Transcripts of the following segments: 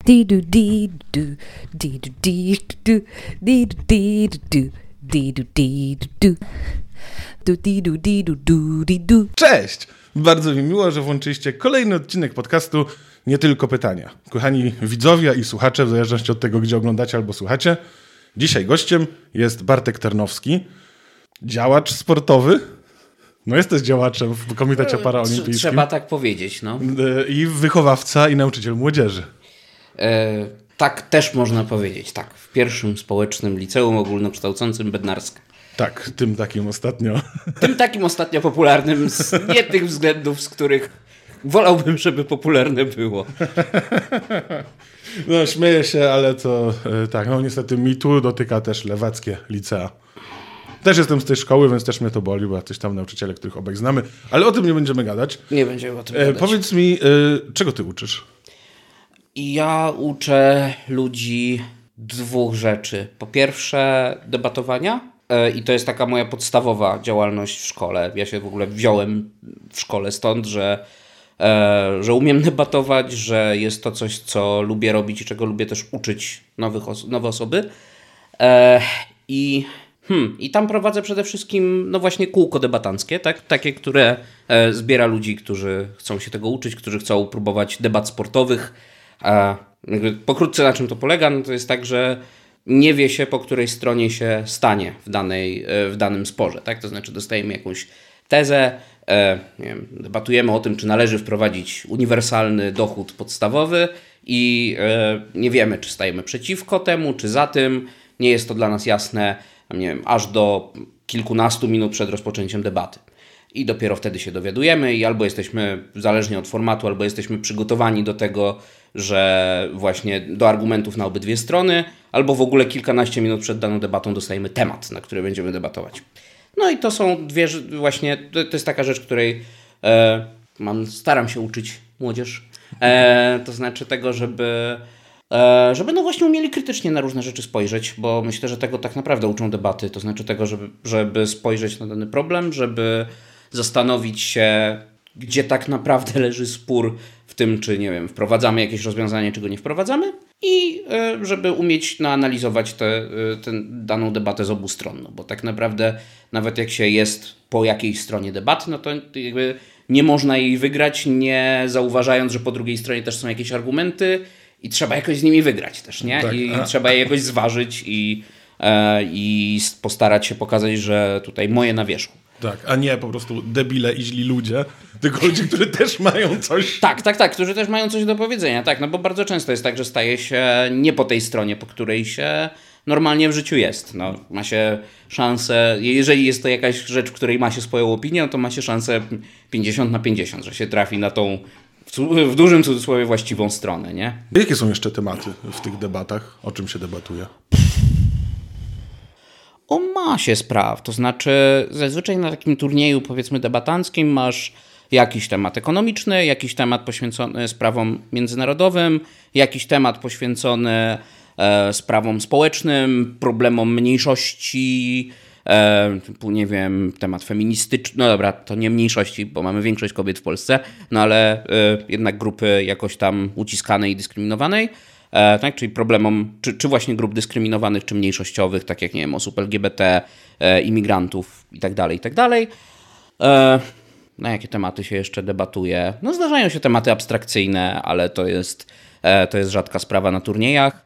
Di di du di du di du di du di du di du di du du di du di du du di du. Cześć! Bardzo mi miło, że włączyliście kolejny odcinek podcastu Nie Tylko Pytania. Kochani widzowie i słuchacze, w zależności od tego, gdzie oglądacie albo słuchacie, dzisiaj gościem jest Bartek Tarnowski, działacz sportowy. No jesteś działaczem w Komitecie Paraolimpijskim. Trzeba tak powiedzieć, no. I wychowawca i nauczyciel młodzieży. Tak też można powiedzieć, tak. W pierwszym społecznym liceum ogólnokształcącym Bednarska. Tak, tym takim ostatnio. Tym takim ostatnio popularnym z nie tych względów, z których wolałbym, żeby popularne było. No śmieję się, ale to tak, no niestety mitu dotyka też lewackie licea. Też jestem z tej szkoły, więc też mnie to boli, bo jacyś tam nauczyciele, których obaj znamy, ale o tym nie będziemy gadać. Nie będziemy o tym gadać. Powiedz mi, czego ty uczysz? Ja uczę ludzi dwóch rzeczy. Po pierwsze debatowania i to jest taka moja podstawowa działalność w szkole. Ja się w ogóle wziąłem w szkole stąd, że umiem debatować, że jest to coś, co lubię robić i czego lubię też uczyć nowe osoby. I tam prowadzę przede wszystkim no właśnie kółko debatanckie, tak? Takie, które zbiera ludzi, którzy chcą się tego uczyć, którzy chcą próbować debat sportowych. Pokrótce na czym to polega? No to jest tak, że nie wie się, po której stronie się stanie w danym sporze. Tak? To znaczy dostajemy jakąś tezę, nie wiem, debatujemy o tym, czy należy wprowadzić uniwersalny dochód podstawowy i nie wiemy, czy stajemy przeciwko temu, czy za tym. Nie jest to dla nas jasne, nie wiem, aż do kilkunastu minut przed rozpoczęciem debaty. I dopiero wtedy się dowiadujemy i albo jesteśmy, zależnie od formatu, albo jesteśmy przygotowani do tego, że właśnie do argumentów na obydwie strony, albo w ogóle kilkanaście minut przed daną debatą dostajemy temat, na który będziemy debatować. No i to są dwie, właśnie, to jest taka rzecz, której staram się uczyć młodzież. To znaczy tego, żeby no właśnie umieli krytycznie na różne rzeczy spojrzeć, bo myślę, że tego tak naprawdę uczą debaty. To znaczy tego, żeby spojrzeć na dany problem, żeby zastanowić się, gdzie tak naprawdę leży spór w tym, czy nie wiem, wprowadzamy jakieś rozwiązanie, czy go nie wprowadzamy i żeby umieć analizować tę daną debatę z obu stron. No bo tak naprawdę nawet jak się jest po jakiejś stronie debaty, no to jakby nie można jej wygrać, nie zauważając, że po drugiej stronie też są jakieś argumenty i trzeba jakoś z nimi wygrać też, nie? Tak. I trzeba je jakoś zważyć i postarać się pokazać, że tutaj moje na wierzchu. Tak, a nie po prostu debile i źli ludzie, tylko ludzie, którzy też mają coś... Tak, którzy też mają coś do powiedzenia, tak, no bo bardzo często jest tak, że staje się nie po tej stronie, po której się normalnie w życiu jest. No, ma się szansę, jeżeli jest to jakaś rzecz, w której ma się swoją opinię, no to ma się szansę 50/50, że się trafi na tą w dużym cudzysłowie właściwą stronę, nie? Jakie są jeszcze tematy w tych debatach? O czym się debatuje? O masie spraw, to znaczy zazwyczaj na takim turnieju powiedzmy debatanckim masz jakiś temat ekonomiczny, jakiś temat poświęcony sprawom międzynarodowym, jakiś temat poświęcony sprawom społecznym, problemom mniejszości, typu nie wiem, temat feministyczny, no dobra, to nie mniejszości, bo mamy większość kobiet w Polsce, no ale jednak grupy jakoś tam uciskanej i dyskryminowanej. Tak, czyli problemom czy właśnie grup dyskryminowanych, czy mniejszościowych, tak jak nie wiem, osób LGBT, imigrantów itd. Na jakie tematy się jeszcze debatuje? No zdarzają się tematy abstrakcyjne, ale to jest rzadka sprawa na turniejach.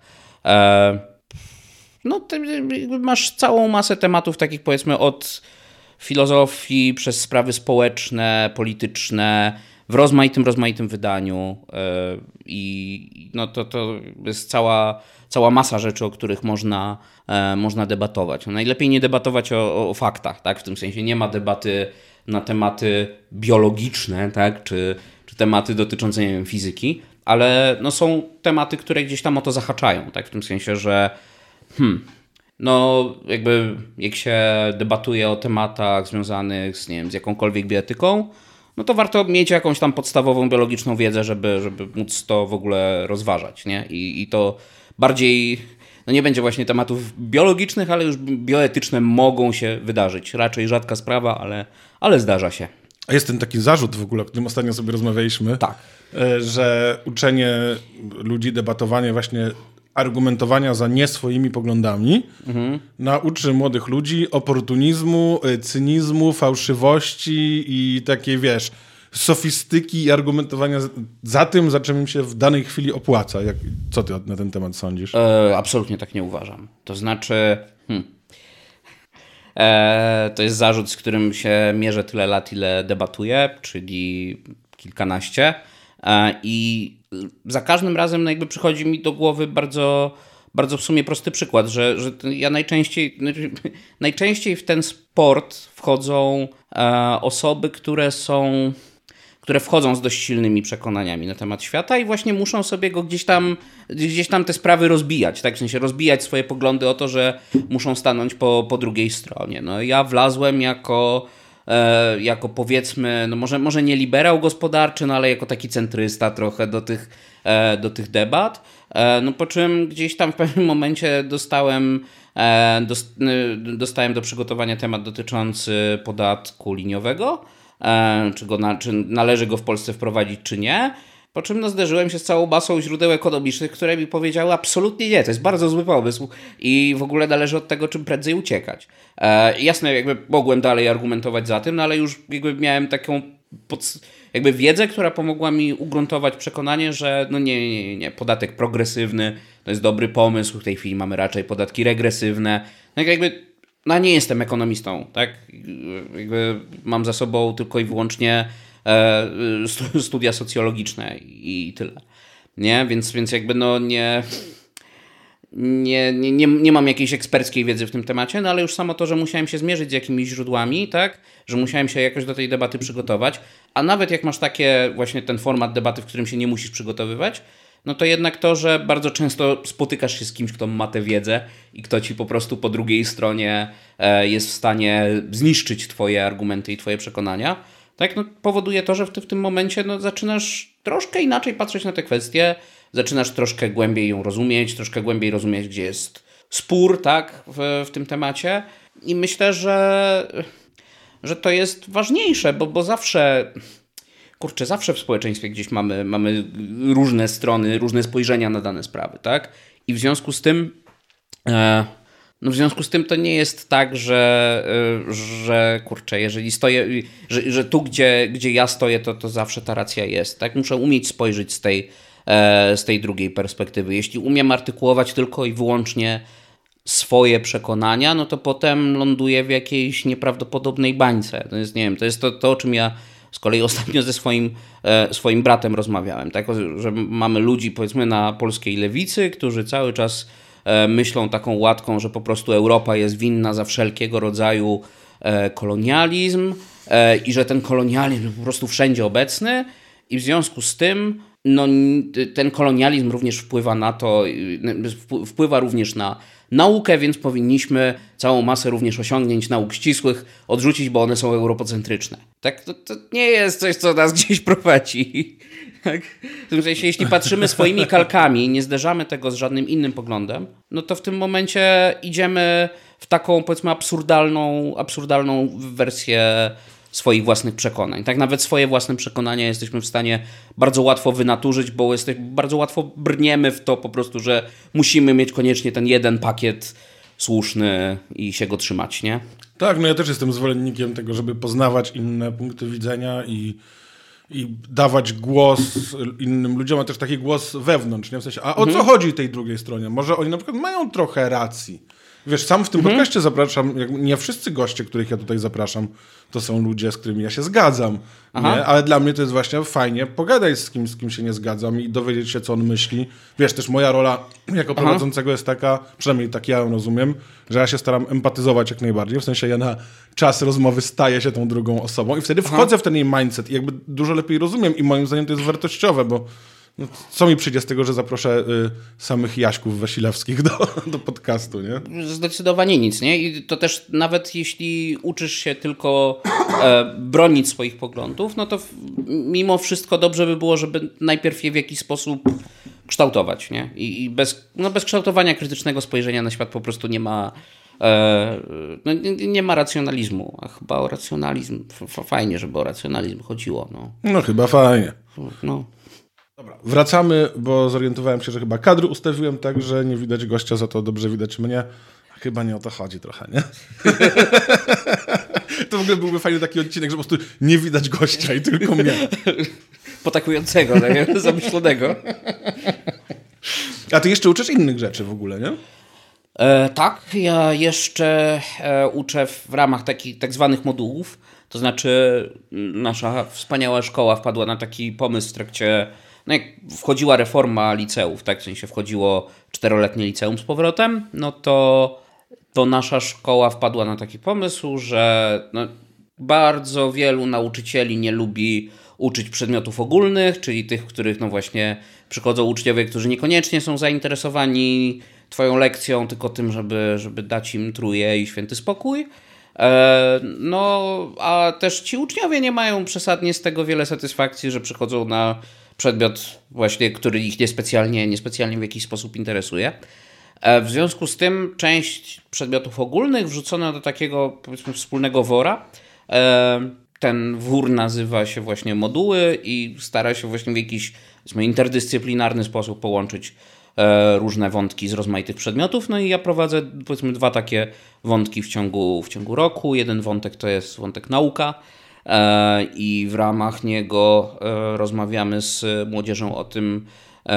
No ty masz całą masę tematów takich powiedzmy od filozofii przez sprawy społeczne, polityczne, w rozmaitym wydaniu i no to jest cała masa rzeczy, o których można debatować. No najlepiej nie debatować o faktach, tak? W tym sensie nie ma debaty na tematy biologiczne, tak? Czy tematy dotyczące, nie wiem, fizyki, ale no są tematy, które gdzieś tam o to zahaczają, tak? W tym sensie, że no jakby jak się debatuje o tematach związanych z, nie wiem, z jakąkolwiek bioetyką, no to warto mieć jakąś tam podstawową biologiczną wiedzę, żeby móc to w ogóle rozważać, nie? I to bardziej, no nie będzie właśnie tematów biologicznych, ale już bioetyczne mogą się wydarzyć. Raczej rzadka sprawa, ale zdarza się. A jest ten taki zarzut w ogóle, o którym ostatnio sobie rozmawialiśmy, Tak. że uczenie ludzi, debatowanie właśnie argumentowania za nie swoimi poglądami nauczy młodych ludzi oportunizmu, cynizmu, fałszywości i takiej, wiesz, sofistyki i argumentowania za tym, za czym im się w danej chwili opłaca. Co ty na ten temat sądzisz? Absolutnie tak nie uważam. To znaczy... to jest zarzut, z którym się mierzę tyle lat, ile debatuję, czyli kilkanaście. I za każdym razem no jakby przychodzi mi do głowy bardzo, bardzo w sumie prosty przykład, że ja najczęściej w ten sport wchodzą osoby, które wchodzą z dość silnymi przekonaniami na temat świata i właśnie muszą sobie go gdzieś tam te sprawy rozbijać, tak? W sensie rozbijać swoje poglądy o to, że muszą stanąć po drugiej stronie. No ja wlazłem jako powiedzmy, no może nie liberał gospodarczy, no ale jako taki centrysta trochę do tych debat. No po czym gdzieś tam w pewnym momencie dostałem do przygotowania temat dotyczący podatku liniowego, czy należy go w Polsce wprowadzić, czy nie. Po czym no, zderzyłem się z całą masą źródeł ekonomicznych, które mi powiedziały absolutnie nie, to jest bardzo zły pomysł i w ogóle należy od tego czym prędzej uciekać. Jasne, jakby mogłem dalej argumentować za tym, no ale już jakby miałem taką jakby wiedzę, która pomogła mi ugruntować przekonanie, że no nie, podatek progresywny to jest dobry pomysł, w tej chwili mamy raczej podatki regresywne. No jakby no nie jestem ekonomistą, tak? Jakby mam za sobą tylko i wyłącznie studia socjologiczne i tyle. Nie? Więc jakby no nie mam jakiejś eksperckiej wiedzy w tym temacie, no ale już samo to, że musiałem się zmierzyć z jakimiś źródłami, tak? Że musiałem się jakoś do tej debaty przygotować, a nawet jak masz takie właśnie ten format debaty, w którym się nie musisz przygotowywać, no to jednak to, że bardzo często spotykasz się z kimś, kto ma tę wiedzę i kto ci po prostu po drugiej stronie jest w stanie zniszczyć twoje argumenty i twoje przekonania, tak, no powoduje to, że w tym momencie no, zaczynasz troszkę inaczej patrzeć na te kwestie, zaczynasz troszkę głębiej ją rozumieć, troszkę głębiej rozumieć, gdzie jest spór, tak, w tym temacie i myślę, że to jest ważniejsze, bo zawsze... zawsze w społeczeństwie gdzieś mamy różne strony, różne spojrzenia na dane sprawy, tak? I w związku z tym to nie jest tak, że jeżeli stoję, że tu, gdzie ja stoję, to zawsze ta racja jest, tak? Muszę umieć spojrzeć z tej drugiej perspektywy. Jeśli umiem artykułować tylko i wyłącznie swoje przekonania, no to potem ląduję w jakiejś nieprawdopodobnej bańce. To jest, nie wiem, to jest to o czym ja z kolei ostatnio ze swoim bratem rozmawiałem, tak? Że mamy ludzi powiedzmy na polskiej lewicy, którzy cały czas myślą taką łatką, że po prostu Europa jest winna za wszelkiego rodzaju kolonializm i że ten kolonializm po prostu wszędzie obecny i w związku z tym no, ten kolonializm również wpływa również na naukę, więc powinniśmy całą masę również osiągnięć nauk ścisłych odrzucić, bo one są europocentryczne. Tak, to nie jest coś, co nas gdzieś prowadzi. Tak? W tym sensie, jeśli patrzymy swoimi kalkami i nie zderzamy tego z żadnym innym poglądem, no to w tym momencie idziemy w taką, powiedzmy, absurdalną wersję swoich własnych przekonań. Tak nawet swoje własne przekonania jesteśmy w stanie bardzo łatwo wynaturzyć, bo bardzo łatwo brniemy w to po prostu, że musimy mieć koniecznie ten jeden pakiet słuszny i się go trzymać, nie? Tak, no ja też jestem zwolennikiem tego, żeby poznawać inne punkty widzenia i dawać głos innym ludziom, a też taki głos wewnątrz, nie? W sensie, a o co chodzi tej drugiej stronie? Może oni na przykład mają trochę racji. Wiesz, sam w tym podcaście zapraszam, nie wszyscy goście, których ja tutaj zapraszam, to są ludzie, z którymi ja się zgadzam, nie? Ale dla mnie to jest właśnie fajnie pogadać z kim się nie zgadzam i dowiedzieć się, co on myśli. Wiesz, też moja rola jako prowadzącego jest taka, przynajmniej tak ja ją rozumiem, że ja się staram empatyzować jak najbardziej, w sensie ja na czas rozmowy staję się tą drugą osobą i wtedy wchodzę w ten jej mindset i jakby dużo lepiej rozumiem i moim zdaniem to jest wartościowe, bo no, co mi przyjdzie z tego, że zaproszę samych Jaśków Wasilewskich do podcastu, nie? Zdecydowanie nic, nie? I to też nawet jeśli uczysz się tylko bronić swoich poglądów, no to mimo wszystko dobrze by było, żeby najpierw je w jakiś sposób kształtować, nie? I bez kształtowania krytycznego spojrzenia na świat po prostu no, nie ma racjonalizmu, a chyba o racjonalizm, fajnie, żeby o racjonalizm chodziło. No chyba fajnie. No. Dobra, wracamy, bo zorientowałem się, że chyba kadr ustawiłem tak, że nie widać gościa, za to dobrze widać mnie. Chyba nie o to chodzi trochę, nie? To w ogóle byłby fajny taki odcinek, że po prostu nie widać gościa i tylko mnie. Potakującego, tak, zamyślonego. A ty jeszcze uczysz innych rzeczy w ogóle, nie? Tak, ja jeszcze uczę w ramach takich tak zwanych modułów. To znaczy nasza wspaniała szkoła wpadła na taki pomysł w trakcie, no jak wchodziła reforma liceów, tak, w sensie wchodziło 4-letnie liceum z powrotem, no to nasza szkoła wpadła na taki pomysł, że no, bardzo wielu nauczycieli nie lubi uczyć przedmiotów ogólnych, czyli tych, w których no właśnie przychodzą uczniowie, którzy niekoniecznie są zainteresowani twoją lekcją, tylko tym, żeby dać im trójkę i święty spokój. No, a też ci uczniowie nie mają przesadnie z tego wiele satysfakcji, że przychodzą na przedmiot właśnie, który ich niespecjalnie w jakiś sposób interesuje. W związku z tym część przedmiotów ogólnych wrzucono do takiego, powiedzmy, wspólnego wora. Ten wór nazywa się właśnie moduły i stara się właśnie w jakiś, powiedzmy, interdyscyplinarny sposób połączyć różne wątki z rozmaitych przedmiotów. No i ja prowadzę, powiedzmy, 2 takie wątki w ciągu roku. Jeden wątek to jest wątek nauka i w ramach niego rozmawiamy z młodzieżą o tym,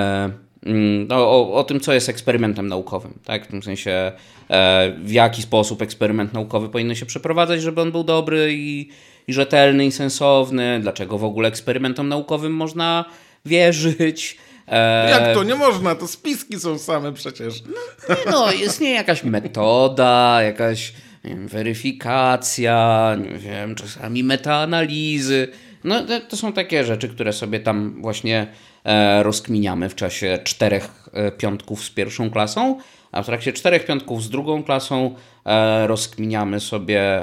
o tym, co jest eksperymentem naukowym, tak? W tym sensie, w jaki sposób eksperyment naukowy powinien się przeprowadzać, żeby on był dobry i rzetelny i sensowny, dlaczego w ogóle eksperymentom naukowym można wierzyć. Jak to? Nie można, to spiski są same przecież. No, istnieje jakaś metoda, jakaś, nie wiem, weryfikacja, nie wiem, czasami metaanalizy. No, to są takie rzeczy, które sobie tam właśnie rozkminiamy w czasie 4 piątków z 1. klasą, a w trakcie 4 piątków z 2. klasą rozkminiamy sobie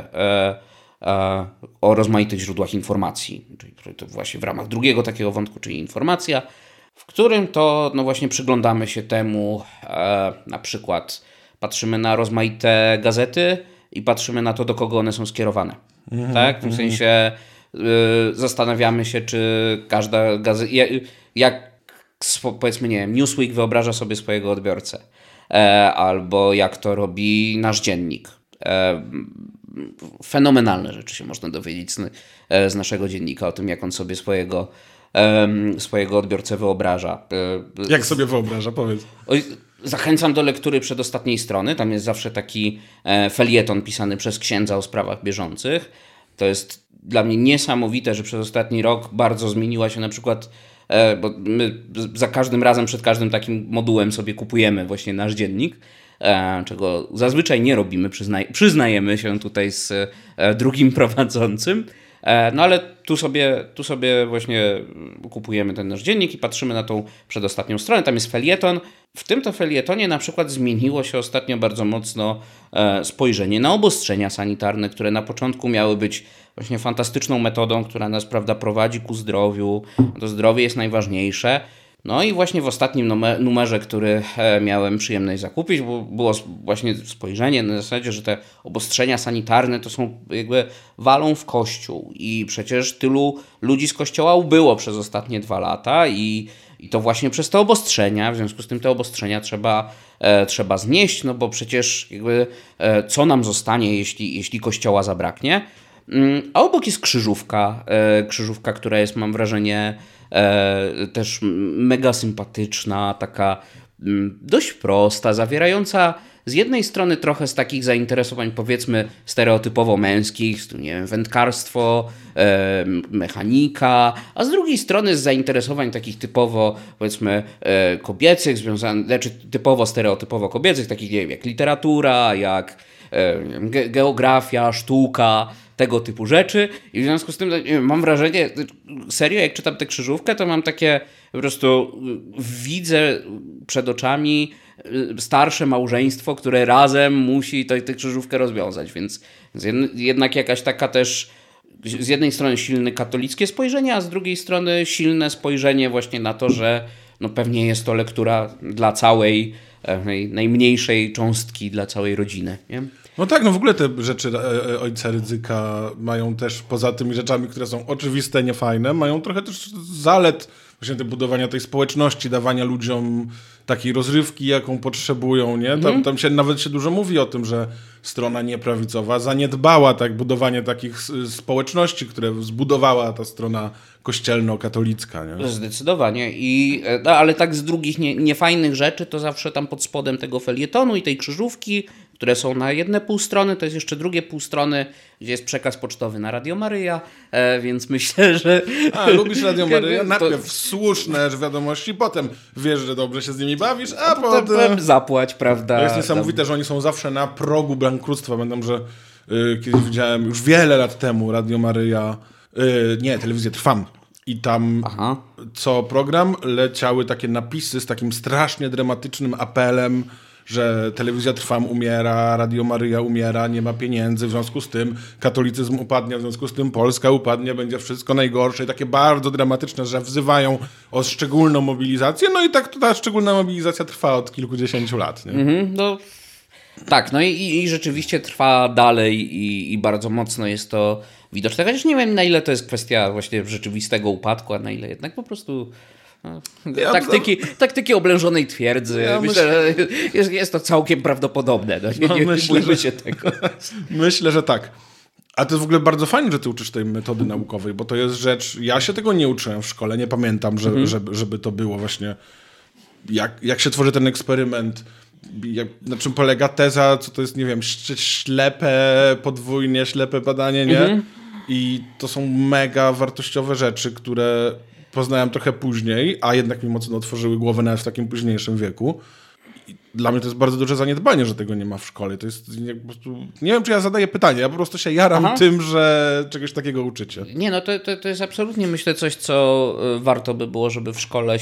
o rozmaitych źródłach informacji, czyli to właśnie w ramach drugiego takiego wątku, czyli informacja, w którym to no właśnie przyglądamy się temu, na przykład patrzymy na rozmaite gazety i patrzymy na to, do kogo one są skierowane. Tak? W tym sensie zastanawiamy się, czy każda gazeta, jak powiedzmy, nie wiem, Newsweek wyobraża sobie swojego odbiorcę, albo jak to robi nasz dziennik. Fenomenalne rzeczy się można dowiedzieć z naszego dziennika o tym, jak on sobie swojego odbiorcę wyobraża. Jak sobie wyobraża? Powiedz. Zachęcam do lektury przedostatniej strony. Tam jest zawsze taki felieton pisany przez księdza o sprawach bieżących. To jest dla mnie niesamowite, że przez ostatni rok bardzo zmieniła się na przykład, bo my za każdym razem, przed każdym takim modułem sobie kupujemy właśnie nasz dziennik, czego zazwyczaj nie robimy, przyznajemy się tutaj z drugim prowadzącym. No ale tu sobie właśnie kupujemy ten nasz dziennik i patrzymy na tą przedostatnią stronę. Tam jest felieton. W tym to felietonie na przykład zmieniło się ostatnio bardzo mocno spojrzenie na obostrzenia sanitarne, które na początku miały być właśnie fantastyczną metodą, która nas, prawda, prowadzi ku zdrowiu. To zdrowie jest najważniejsze. No i właśnie w ostatnim numerze, który miałem przyjemność zakupić, było właśnie spojrzenie na zasadzie, że te obostrzenia sanitarne to są jakby walą w kościół i przecież tylu ludzi z kościoła ubyło przez ostatnie 2 lata i to właśnie przez te obostrzenia, w związku z tym te obostrzenia trzeba znieść, no bo przecież jakby co nam zostanie, jeśli kościoła zabraknie. A obok jest krzyżówka, która jest, mam wrażenie, też mega sympatyczna, taka dość prosta, zawierająca z jednej strony trochę z takich zainteresowań, powiedzmy, stereotypowo męskich, nie wiem, wędkarstwo, mechanika, a z drugiej strony z zainteresowań takich typowo, powiedzmy, kobiecych, znaczy typowo stereotypowo kobiecych, takich, nie wiem, jak literatura, jak geografia, sztuka, tego typu rzeczy i w związku z tym mam wrażenie, serio, jak czytam tę krzyżówkę, to mam takie, po prostu widzę przed oczami starsze małżeństwo, które razem musi tę krzyżówkę rozwiązać, więc jednak jakaś taka też z jednej strony silne katolickie spojrzenie, a z drugiej strony silne spojrzenie właśnie na to, że no pewnie jest to lektura dla całej najmniejszej cząstki, dla całej rodziny, nie? No tak, no w ogóle te rzeczy ojca Rydzyka mają też, poza tymi rzeczami, które są oczywiste, niefajne, mają trochę też zalet właśnie te budowania tej społeczności, dawania ludziom takiej rozrywki, jaką potrzebują, nie? Tam nawet się dużo mówi o tym, że strona nieprawicowa zaniedbała tak budowanie takich społeczności, które zbudowała ta strona kościelno-katolicka, nie? Zdecydowanie. Ale tak z drugich niefajnych rzeczy to zawsze tam pod spodem tego felietonu i tej krzyżówki, które są na jedne pół strony, to jest jeszcze drugie pół strony, gdzie jest przekaz pocztowy na Radio Maryja, więc myślę, że... lubisz Radio Maryja? Najpierw słuszne wiadomości, potem wiesz, że dobrze się z nimi bawisz, a potem... Zapłać, prawda? To jest niesamowite, że oni są zawsze na progu bankructwa. Pamiętam, że kiedyś widziałem już wiele lat temu Radio Maryja, Telewizję Trwam. I tam co program leciały takie napisy z takim strasznie dramatycznym apelem, że Telewizja Trwam umiera, Radio Maryja umiera, nie ma pieniędzy, w związku z tym katolicyzm upadnie, w związku z tym Polska upadnie, będzie wszystko najgorsze i takie bardzo dramatyczne, że wzywają o szczególną mobilizację, no i tak ta szczególna mobilizacja trwa od kilkudziesięciu lat. Nie? Tak, no i rzeczywiście trwa dalej i bardzo mocno jest to widoczne. Chociaż nie wiem, na ile to jest kwestia właśnie rzeczywistego upadku, a na ile jednak po prostu... Taktyki oblężonej twierdzy. Ja myślę, że jest to całkiem prawdopodobne. Nie bójmy się tego. Myślę, że tak. A to jest w ogóle bardzo fajne, że ty uczysz tej metody naukowej, bo to jest rzecz... Ja się tego nie uczyłem w szkole, nie pamiętam, żeby to było właśnie... Jak się tworzy ten eksperyment, na czym polega teza, co to jest, nie wiem, podwójnie ślepe badanie, nie? I to są mega wartościowe rzeczy, które... poznałem trochę później, a jednak mi mocno otworzyły głowę nawet w takim późniejszym wieku. I dla mnie to jest bardzo duże zaniedbanie, że tego nie ma w szkole. To jest po prostu... Nie wiem, czy ja zadaję pytanie, ja po prostu się jaram tym, że czegoś takiego uczycie. Nie, no to jest absolutnie, myślę, coś, co warto by było, żeby w szkole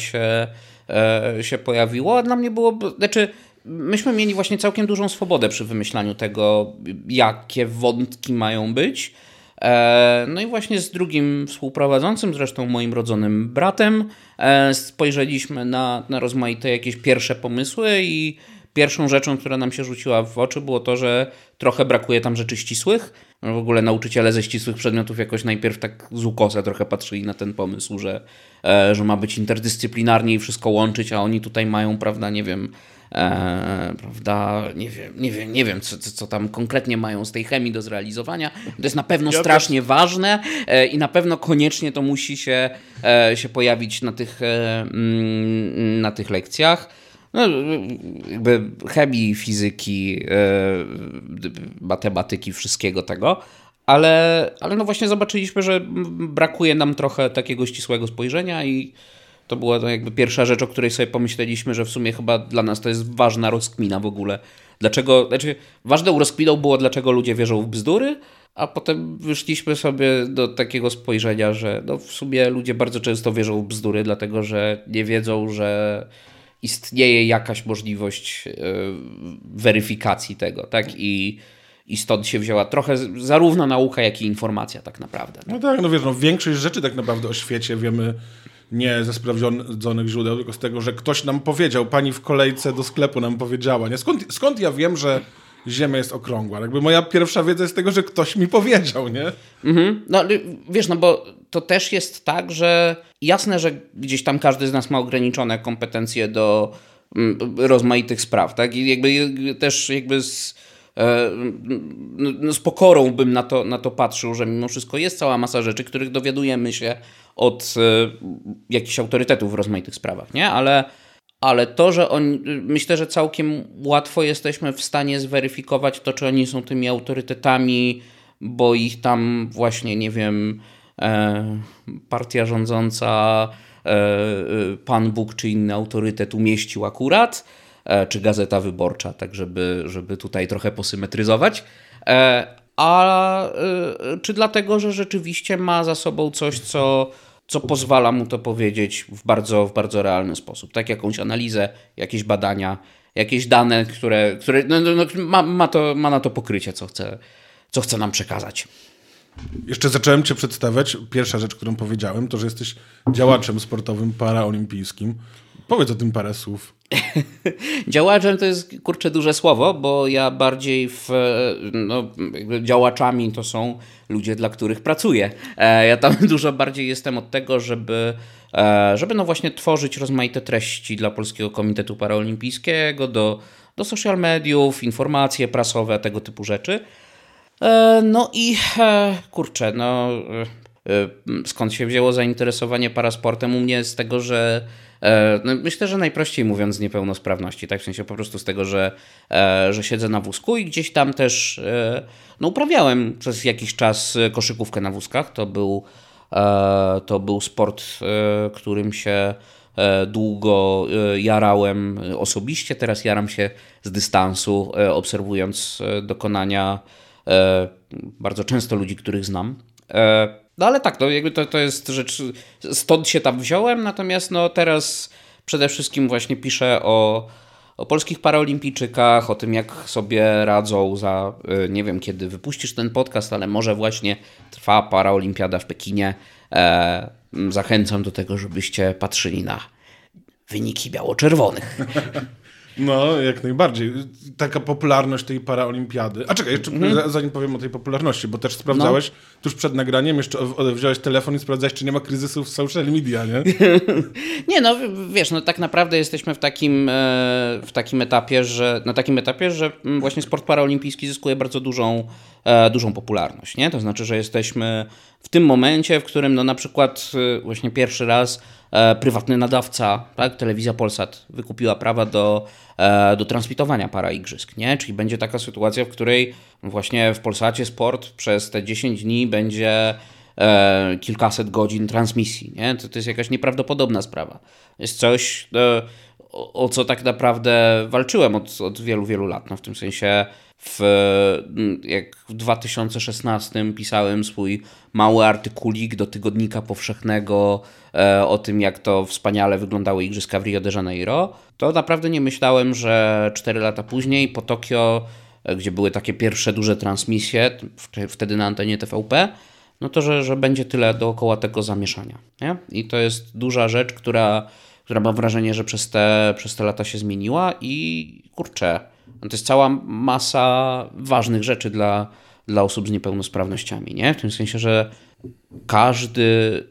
się pojawiło, a dla mnie było... myśmy mieli właśnie całkiem dużą swobodę przy wymyślaniu tego, jakie wątki mają być. No i właśnie z drugim współprowadzącym, zresztą moim rodzonym bratem, spojrzeliśmy na rozmaite jakieś pierwsze pomysły i pierwszą rzeczą, która nam się rzuciła w oczy, było to, że trochę brakuje tam rzeczy ścisłych. W ogóle nauczyciele ze ścisłych przedmiotów jakoś najpierw tak z ukosa trochę patrzyli na ten pomysł, że ma być interdyscyplinarnie i wszystko łączyć, a oni tutaj mają, prawda, nie wiem, prawda, nie wiem co tam konkretnie mają z tej chemii do zrealizowania. To jest na pewno strasznie ważne i na pewno koniecznie to musi się pojawić na tych lekcjach. No, jakby chemii, fizyki, matematyki, wszystkiego tego. Ale no właśnie zobaczyliśmy, że brakuje nam trochę takiego ścisłego spojrzenia i to była to jakby pierwsza rzecz, o której sobie pomyśleliśmy, że w sumie chyba dla nas to jest ważna rozkmina w ogóle. Ważną rozkminą było, dlaczego ludzie wierzą w bzdury, a potem wyszliśmy sobie do takiego spojrzenia, że no w sumie ludzie bardzo często wierzą w bzdury, dlatego że nie wiedzą, że istnieje jakaś możliwość weryfikacji tego, tak? I stąd się wzięła trochę zarówno nauka, jak i informacja tak naprawdę. No tak, no wiesz, większość rzeczy tak naprawdę o świecie wiemy nie ze sprawdzonych źródeł, tylko z tego, że ktoś nam powiedział, pani w kolejce do sklepu nam powiedziała. Nie? Skąd ja wiem, że Ziemia jest okrągła? Jakby moja pierwsza wiedza jest z tego, że ktoś mi powiedział, nie? No wiesz, no bo to też jest tak, że jasne, że gdzieś tam każdy z nas ma ograniczone kompetencje do rozmaitych spraw, tak? I jakby z pokorą bym na to patrzył, że mimo wszystko jest cała masa rzeczy, których dowiadujemy się od jakichś autorytetów w rozmaitych sprawach, nie? Ale to, że myślę, że całkiem łatwo jesteśmy w stanie zweryfikować to, czy oni są tymi autorytetami, bo ich tam właśnie, nie wiem, partia rządząca, Pan Bóg czy inny autorytet umieścił akurat, czy Gazeta Wyborcza, tak żeby tutaj trochę posymetryzować. A czy dlatego, że rzeczywiście ma za sobą coś, co pozwala mu to powiedzieć w bardzo realny sposób. Tak, jakąś analizę, jakieś badania, jakieś dane, które ma na to pokrycie, co chce nam przekazać. Jeszcze zacząłem cię przedstawiać. Pierwsza rzecz, którą powiedziałem, to, że jesteś działaczem sportowym paraolimpijskim. Powiedz o tym parę słów. Działaczem to jest, kurczę, duże słowo, bo ja bardziej działaczami to są ludzie, dla których pracuję. Ja tam dużo bardziej jestem od tego, żeby no właśnie tworzyć rozmaite treści dla Polskiego Komitetu Paraolimpijskiego, do social mediów, informacje prasowe, tego typu rzeczy. No i kurczę, skąd się wzięło zainteresowanie parasportem u mnie? Z tego, że myślę, że najprościej mówiąc z niepełnosprawności, tak? W sensie po prostu z tego, że siedzę na wózku i gdzieś tam też uprawiałem przez jakiś czas koszykówkę na wózkach. To był sport, którym się długo jarałem osobiście. Teraz jaram się z dystansu, obserwując dokonania bardzo często ludzi, których znam. No ale tak, to jest rzecz, stąd się tam wziąłem, natomiast teraz przede wszystkim właśnie piszę o polskich paraolimpijczykach, o tym jak sobie radzą nie wiem kiedy wypuścisz ten podcast, ale może właśnie trwa paraolimpiada w Pekinie. Zachęcam do tego, żebyście patrzyli na wyniki biało-czerwonych. No, jak najbardziej. Taka popularność tej paraolimpiady. A czekaj, jeszcze zanim powiem o tej popularności, bo też sprawdzałeś tuż przed nagraniem, jeszcze wziąłeś telefon i sprawdzałeś, czy nie ma kryzysów w social media, nie? Nie, wiesz, tak naprawdę jesteśmy w takim etapie, że właśnie sport paraolimpijski zyskuje bardzo dużą popularność, nie? To znaczy, że jesteśmy w tym momencie, w którym na przykład właśnie pierwszy raz prywatny nadawca, tak, Telewizja Polsat wykupiła prawa do transmitowania paraigrzysk, nie? Czyli będzie taka sytuacja, w której właśnie w Polsacie Sport przez te 10 dni będzie kilkaset godzin transmisji, nie? To jest jakaś nieprawdopodobna sprawa. Jest coś, o co tak naprawdę walczyłem od wielu, wielu lat. W tym sensie jak w 2016 pisałem swój mały artykulik do Tygodnika Powszechnego o tym, jak to wspaniale wyglądały igrzyska w Rio de Janeiro, to naprawdę nie myślałem, że 4 lata później po Tokio, gdzie były takie pierwsze duże transmisje, wtedy na antenie TVP, że będzie tyle dookoła tego zamieszania. Nie? I to jest duża rzecz, która mam wrażenie, że przez te lata się zmieniła i kurczę, to jest cała masa ważnych rzeczy dla osób z niepełnosprawnościami, nie? W tym sensie, że każdy,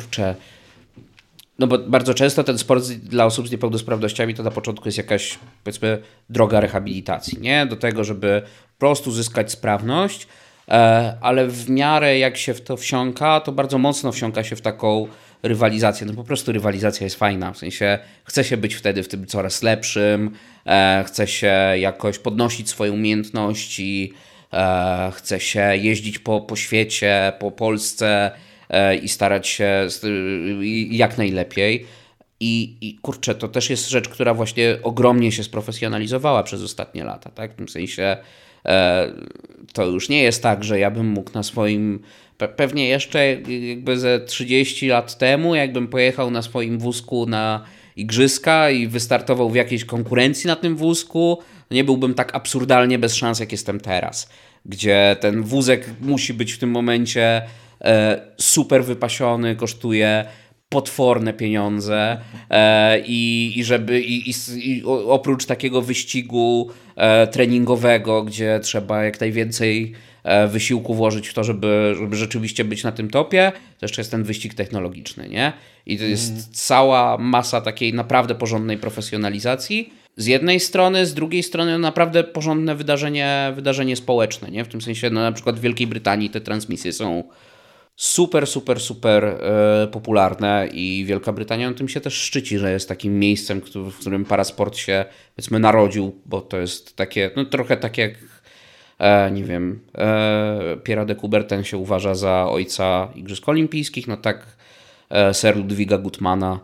bo bardzo często ten sport dla osób z niepełnosprawnościami to na początku jest jakaś, powiedzmy, droga rehabilitacji, nie? Do tego, żeby po prostu zyskać sprawność, ale w miarę jak się w to wsiąka, to bardzo mocno wsiąka się w taką rywalizację. Po prostu rywalizacja jest fajna, w sensie chce się być wtedy w tym coraz lepszym, chce się jakoś podnosić swoje umiejętności, chce się jeździć po świecie, po Polsce i starać się jak najlepiej. I kurczę, to też jest rzecz, która właśnie ogromnie się sprofesjonalizowała przez ostatnie lata, tak? W tym sensie to już nie jest tak, że ja bym mógł na swoim, pewnie jeszcze jakby ze 30 lat temu, jakbym pojechał na swoim wózku na igrzyska i wystartował w jakiejś konkurencji na tym wózku, nie byłbym tak absurdalnie bez szans, jak jestem teraz, gdzie ten wózek musi być w tym momencie super wypasiony, kosztuje potworne pieniądze i oprócz takiego wyścigu treningowego, gdzie trzeba jak najwięcej wysiłku włożyć w to, żeby rzeczywiście być na tym topie, to jeszcze jest ten wyścig technologiczny, nie? I to jest cała masa takiej naprawdę porządnej profesjonalizacji. Z jednej strony, z drugiej strony naprawdę porządne wydarzenie społeczne, nie? W tym sensie na przykład w Wielkiej Brytanii te transmisje są super popularne i Wielka Brytania tym się też szczyci, że jest takim miejscem, w którym parasport się, powiedzmy, narodził, bo to jest takie, trochę tak jak nie wiem, Pierre de Coubertin się uważa za ojca Igrzysk Olimpijskich, tak Sir Ludwiga Guttmana,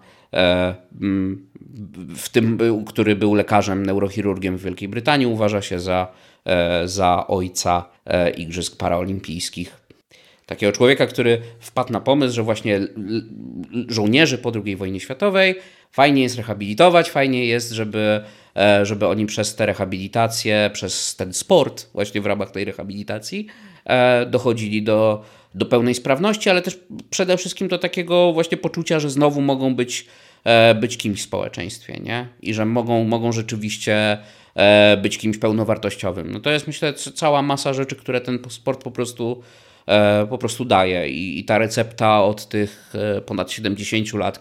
który był lekarzem, neurochirurgiem w Wielkiej Brytanii, uważa się za ojca Igrzysk Paraolimpijskich. Takiego człowieka, który wpadł na pomysł, że właśnie żołnierzy po II wojnie światowej fajnie jest rehabilitować, fajnie jest, żeby oni przez tę rehabilitację, przez ten sport właśnie w ramach tej rehabilitacji dochodzili do pełnej sprawności, ale też przede wszystkim do takiego właśnie poczucia, że znowu mogą być być kimś w społeczeństwie, nie? I że mogą rzeczywiście być kimś pełnowartościowym. No to jest, myślę, cała masa rzeczy, które ten sport po prostu daje. I ta recepta od tych ponad 70 lat,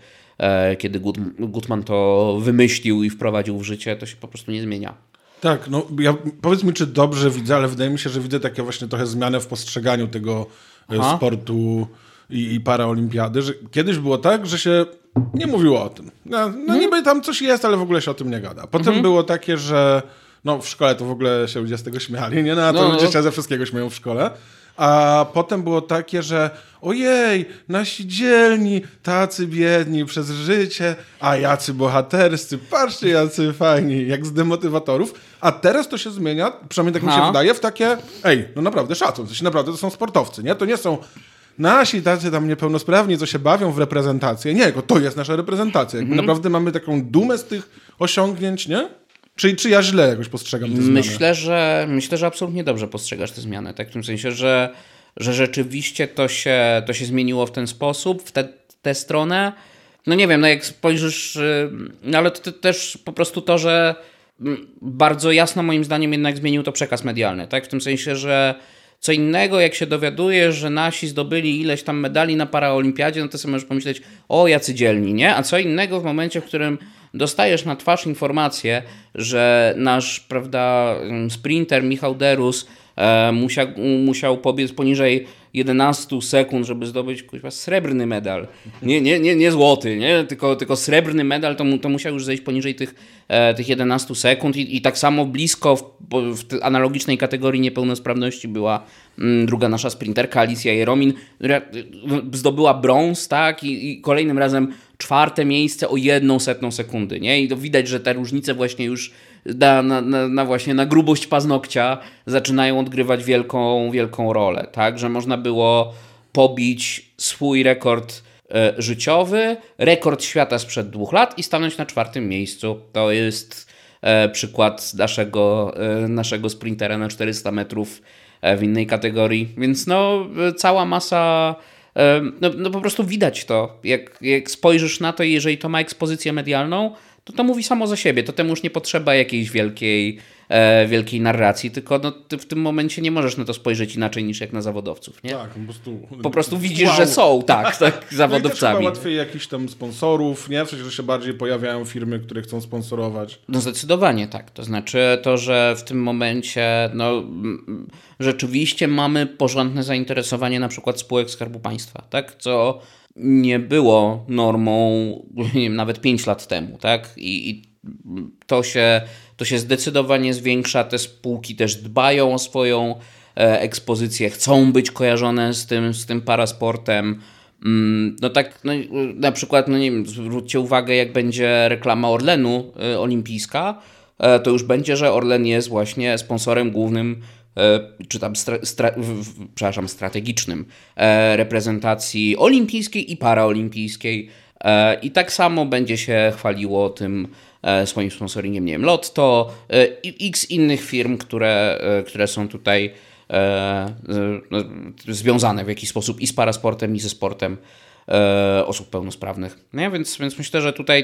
kiedy Gutman to wymyślił i wprowadził w życie, to się po prostu nie zmienia. Tak, no powiedz mi, czy dobrze widzę, ale wydaje mi się, że widzę takie właśnie trochę zmianę w postrzeganiu tego sportu i paraolimpiady, że kiedyś było tak, że się nie mówiło o tym. No niby tam coś jest, ale w ogóle się o tym nie gada. Potem było takie, że w szkole to w ogóle się ludzie z tego śmiali, nie? To ludzie się ze wszystkiego śmieją w szkole. A potem było takie, że ojej, nasi dzielni, tacy biedni przez życie, a jacy bohaterscy, patrzcie jacy fajni, jak z demotywatorów. A teraz to się zmienia, przynajmniej tak mi się wydaje, w takie, no naprawdę szacun, to się naprawdę to są sportowcy, nie? To nie są nasi tacy tam niepełnosprawni, co się bawią w reprezentację. Nie, to jest nasza reprezentacja. Jakby naprawdę mamy taką dumę z tych osiągnięć, nie? Czy ja źle jakoś postrzegam te zmiany? Myślę, że absolutnie dobrze postrzegasz te zmiany. Tak? W tym sensie, że rzeczywiście to się zmieniło w ten sposób, w tę stronę. No nie wiem, jak spojrzysz, ale to też po prostu to, że bardzo jasno moim zdaniem jednak zmienił to przekaz medialny. Tak? W tym sensie, że co innego, jak się dowiadujesz, że nasi zdobyli ileś tam medali na paraolimpiadzie, no to sobie możesz pomyśleć, o jacy dzielni, nie? A co innego w momencie, w którym dostajesz na twarz informację, że nasz, prawda, sprinter Michał Derus musiał pobiec poniżej 11 sekund, żeby zdobyć srebrny medal. Nie złoty, nie? Tylko srebrny medal, to musiał już zejść poniżej tych 11 sekund i tak samo blisko w analogicznej kategorii niepełnosprawności była druga nasza sprinterka Alicja Jeromin, która zdobyła brąz, tak? I kolejnym razem 4. miejsce o 1/100 sekundy, nie? I to widać, że te różnice właśnie już właśnie na grubość paznokcia zaczynają odgrywać wielką rolę, tak? Że można było pobić swój rekord życiowy, rekord świata sprzed 2 lat i stanąć na 4. miejscu. To jest przykład naszego sprintera na 400 metrów w innej kategorii, więc cała masa. Po prostu widać to. Jak spojrzysz na to i jeżeli to ma ekspozycję medialną, to mówi samo za siebie. To temu już nie potrzeba jakiejś wielkiej narracji, tylko ty w tym momencie nie możesz na to spojrzeć inaczej niż jak na zawodowców, nie? Tak, po prostu widzisz, że są tak zawodowcami. No i też łatwiej jakichś tam sponsorów, nie? W sensie, że się bardziej pojawiają firmy, które chcą sponsorować. No zdecydowanie tak. To znaczy to, że w tym momencie rzeczywiście mamy porządne zainteresowanie na przykład spółek Skarbu Państwa, tak? Co nie było normą, nie wiem, nawet 5 lat temu, tak? I to się zdecydowanie zwiększa. Te spółki też dbają o swoją ekspozycję, chcą być kojarzone z tym parasportem. Na przykład, nie wiem, zwróćcie uwagę, jak będzie reklama Orlenu olimpijska, to już będzie, że Orlen jest właśnie sponsorem głównym czy tam strategicznym reprezentacji olimpijskiej i paraolimpijskiej. I tak samo będzie się chwaliło tym swoim sponsoringiem, nie wiem, Lotto i x innych firm, które są tutaj związane w jakiś sposób i z parasportem, i ze sportem osób pełnosprawnych. No, więc myślę, że tutaj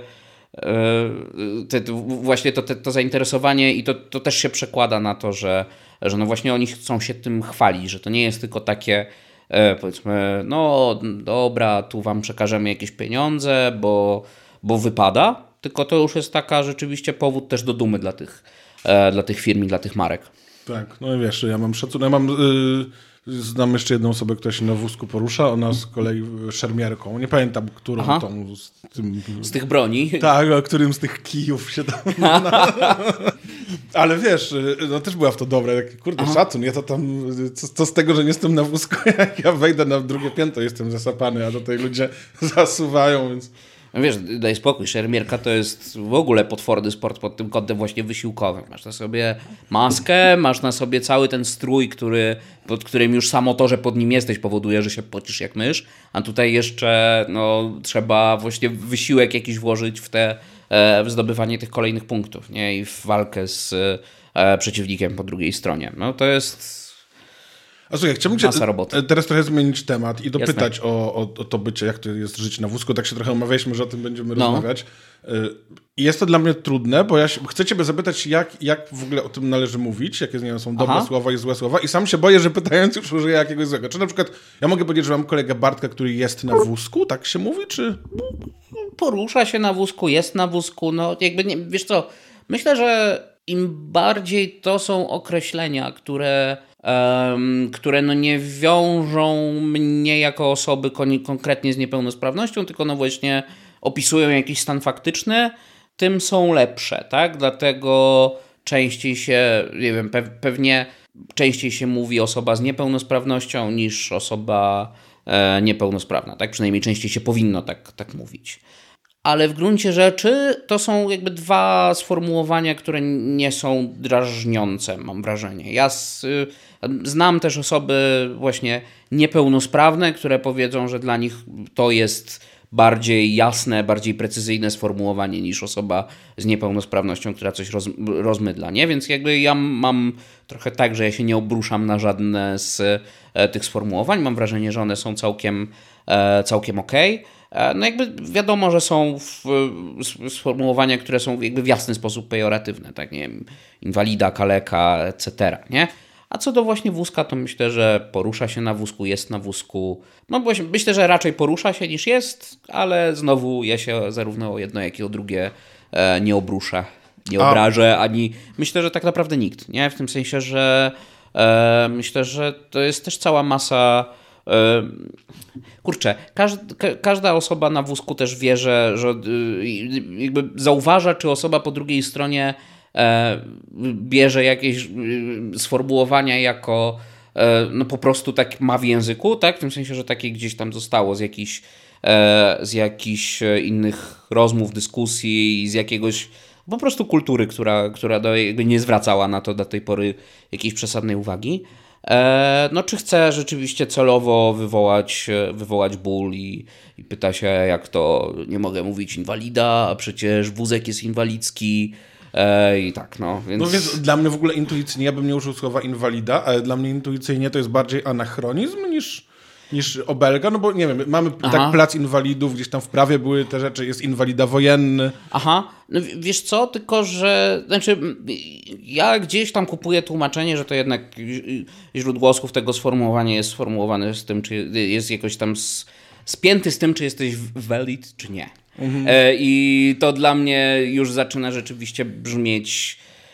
właśnie to zainteresowanie i to też się przekłada na to, że właśnie oni chcą się tym chwalić, że to nie jest tylko takie powiedzmy, dobra, tu wam przekażemy jakieś pieniądze, bo wypada, tylko to już jest taka rzeczywiście powód też do dumy dla tych firm i dla tych marek. Tak, no i wiesz, ja mam szacunek, znam jeszcze jedną osobę, która się na wózku porusza, ona z kolei szermierką, nie pamiętam, którą tą z tych broni. Tak, o którym z tych kijów się tam... Ale wiesz, też była w to dobre, kurde, szacun, ja to tam, co z tego, że nie jestem na wózku, jak ja wejdę na drugie piętro, jestem zasapany, a tutaj ludzie zasuwają, więc... No wiesz, daj spokój, szermierka to jest w ogóle potworny sport pod tym kątem właśnie wysiłkowym. Masz na sobie maskę, masz na sobie cały ten strój, pod którym już samo to, że pod nim jesteś, powoduje, że się pocisz jak mysz, a tutaj jeszcze trzeba właśnie wysiłek jakiś włożyć w zdobywanie tych kolejnych punktów, nie? I w walkę z przeciwnikiem po drugiej stronie. No to jest... A słuchaj, chciałbym cię Masa roboty. teraz trochę zmienić temat i dopytać o to bycie, jak to jest żyć na wózku. Tak się trochę umawialiśmy, że o tym będziemy rozmawiać. I jest to dla mnie trudne, bo ja chcę ciebie zapytać, jak w ogóle o tym należy mówić, jakie z niego są dobre słowa i złe słowa. I sam się boję, że pytając już użyję jakiegoś złego. Czy na przykład ja mogę powiedzieć, że mam kolegę Bartka, który jest na wózku? Tak się mówi, czy... Porusza się na wózku, jest na wózku, no jakby nie, wiesz co, myślę, że im bardziej to są określenia, które no nie wiążą mnie jako osoby konkretnie z niepełnosprawnością, tylko no właśnie opisują jakiś stan faktyczny, tym są lepsze, tak? Dlatego częściej się, nie wiem, pewnie częściej się mówi osoba z niepełnosprawnością niż osoba niepełnosprawna, tak? Przynajmniej częściej się powinno tak mówić. Ale w gruncie rzeczy to są jakby dwa sformułowania, które nie są drażniące, mam wrażenie. Ja znam też osoby właśnie niepełnosprawne, które powiedzą, że dla nich to jest bardziej jasne, bardziej precyzyjne sformułowanie niż osoba z niepełnosprawnością, która coś rozmydla, nie? Więc jakby ja mam trochę tak, że ja się nie obruszam na żadne z tych sformułowań. Mam wrażenie, że one są całkiem okej. No jakby wiadomo, że są sformułowania, które są jakby w jasny sposób pejoratywne, tak, nie wiem, inwalida, kaleka, etc., nie? A co do właśnie wózka, to myślę, że porusza się na wózku, jest na wózku. No bo myślę, że raczej porusza się niż jest, ale znowu ja się zarówno o jedno, jak i o drugie nie obruszę, nie obrażę, ani myślę, że tak naprawdę nikt, nie? W tym sensie, że myślę, że to jest też cała masa... Kurczę, każda osoba na wózku też wie, że jakby zauważa, czy osoba po drugiej stronie bierze jakieś sformułowania jako no po prostu tak ma w języku, tak? W tym sensie, że takie gdzieś tam zostało z jakichś innych rozmów, dyskusji, z jakiegoś po prostu kultury, która jakby nie zwracała na to do tej pory jakiejś przesadnej uwagi. No czy chce rzeczywiście celowo wywołać ból i pyta się, jak to nie mogę mówić inwalida, a przecież wózek jest inwalidzki i tak, no. Więc... No więc dla mnie w ogóle intuicyjnie, ja bym nie użył słowa inwalida, ale dla mnie intuicyjnie to jest bardziej anachronizm niż obelga, no bo nie wiem, mamy tak plac inwalidów, gdzieś tam w prawie były te rzeczy, jest inwalida wojenny. Aha, no wiesz co, tylko że, znaczy ja gdzieś tam kupuję tłumaczenie, że to jednak źródłosłów tego sformułowania jest sformułowane z tym, czy jest jakoś tam spięty z tym, czy jesteś valid, czy nie. I to dla mnie już zaczyna rzeczywiście brzmieć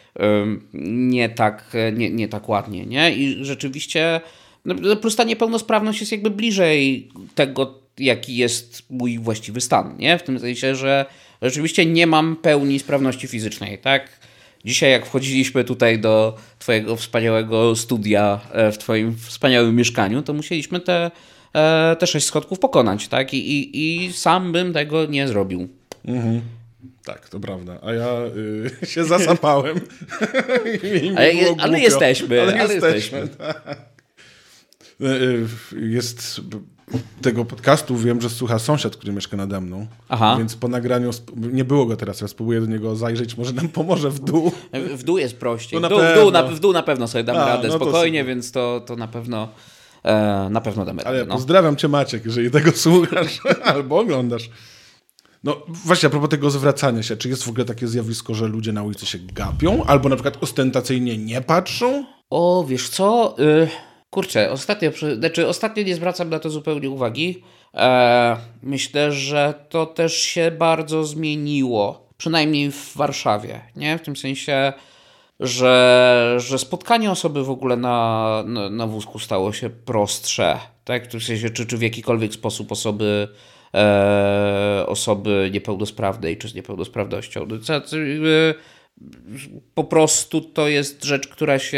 nie tak ładnie, nie? I rzeczywiście no, plus ta niepełnosprawność jest jakby bliżej tego, jaki jest mój właściwy stan, nie? W tym sensie, że rzeczywiście nie mam pełni sprawności fizycznej, tak? Dzisiaj jak wchodziliśmy tutaj do twojego wspaniałego studia w twoim wspaniałym mieszkaniu, to musieliśmy te 6 schodków pokonać, tak? I sam bym tego nie zrobił. Mhm. Tak, to prawda. A ja się zasapałem. ale jesteśmy. Tak. Jest tego podcastu, wiem, że słucha sąsiad, który mieszka nade mną. Aha. Więc po nagraniu, nie było go teraz, ja spróbuję do niego zajrzeć, może nam pomoże w dół. W dół jest prościej. W dół na pewno sobie damy radę spokojnie, więc to na pewno damy radę. Ale pozdrawiam cię, Maciek, jeżeli tego słuchasz albo oglądasz. No właśnie, a propos tego zwracania się, czy jest w ogóle takie zjawisko, że ludzie na ulicy się gapią, albo na przykład ostentacyjnie nie patrzą? O, wiesz co... Kurczę, ostatnio nie zwracam na to zupełnie uwagi. Myślę, że to też się bardzo zmieniło. Przynajmniej w Warszawie, nie? W tym sensie, że spotkanie osoby w ogóle na wózku stało się prostsze. Tak? W tym sensie, czy w jakikolwiek sposób osoby niepełnosprawnej, czy z niepełnosprawnością. Po prostu to jest rzecz,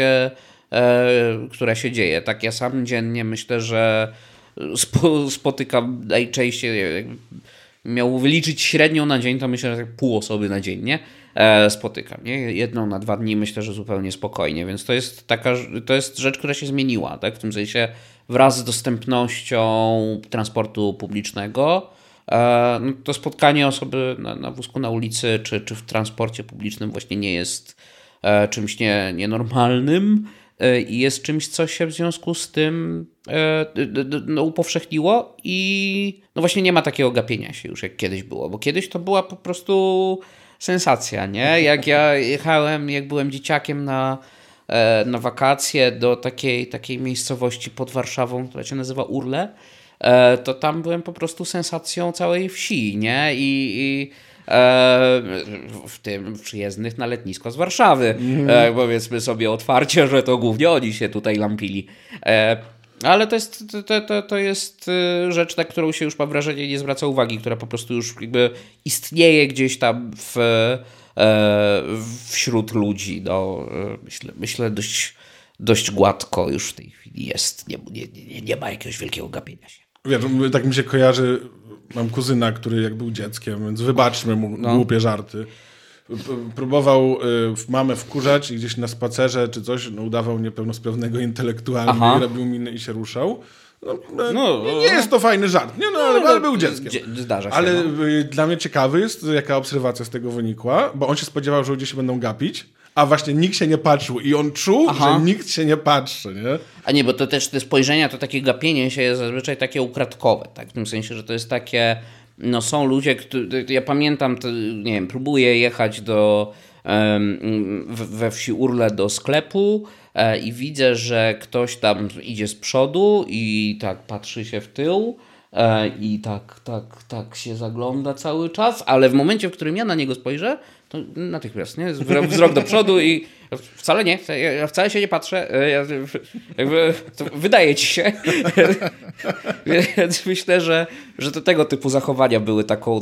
która się dzieje. Tak, ja sam dziennie myślę, że spotykam najczęściej, miał wyliczyć średnią na dzień, to myślę, że tak pół osoby na dzień, nie? Spotykam, nie? 1 na 2 dni myślę, że zupełnie spokojnie, więc to jest rzecz, która się zmieniła, tak? W tym sensie wraz z dostępnością transportu publicznego to spotkanie osoby na wózku na ulicy czy w transporcie publicznym właśnie nie jest czymś nienormalnym, i jest czymś, co się w związku z tym upowszechniło i no właśnie nie ma takiego gapienia się już, jak kiedyś było, bo kiedyś to była po prostu sensacja, nie? Jak ja jechałem, jak byłem dzieciakiem na wakacje do takiej miejscowości pod Warszawą, która się nazywa Urle, to tam byłem po prostu sensacją całej wsi, nie? I w tym przyjezdnych na letnisko z Warszawy. Powiedzmy sobie otwarcie, że to głównie oni się tutaj lampili. Ale to jest rzecz, na którą się już mam wrażenie nie zwraca uwagi, która po prostu już jakby istnieje gdzieś tam wśród ludzi. No, myślę dość gładko już w tej chwili jest. Nie ma jakiegoś wielkiego gapienia się. Wiesz, tak mi się kojarzy, mam kuzyna, który jak był dzieckiem, więc wybaczmy mu głupie żarty. Próbował mamę wkurzać i gdzieś na spacerze czy coś, udawał niepełnosprawnego intelektualnie i robił minę i się ruszał. Nie jest to fajny żart, ale był dzieckiem. Zdarza się. Ale dla mnie ciekawy jest, jaka obserwacja z tego wynikła, bo on się spodziewał, że ludzie się będą gapić, a właśnie nikt się nie patrzył i on czuł, że nikt się nie patrzy, nie? A nie, bo to też te spojrzenia, to takie gapienie się jest zazwyczaj takie ukradkowe, tak? W tym sensie, że to jest takie, są ludzie, ja pamiętam, nie wiem, próbuję jechać we wsi Urle do sklepu i widzę, że ktoś tam idzie z przodu i tak patrzy się w tył i tak się zagląda cały czas, ale w momencie, w którym ja na niego spojrzę, to natychmiast, nie? Wzrok do przodu i wcale nie, ja wcale się nie patrzę, wydaje ci się. Więc myślę, że to tego typu zachowania były taką,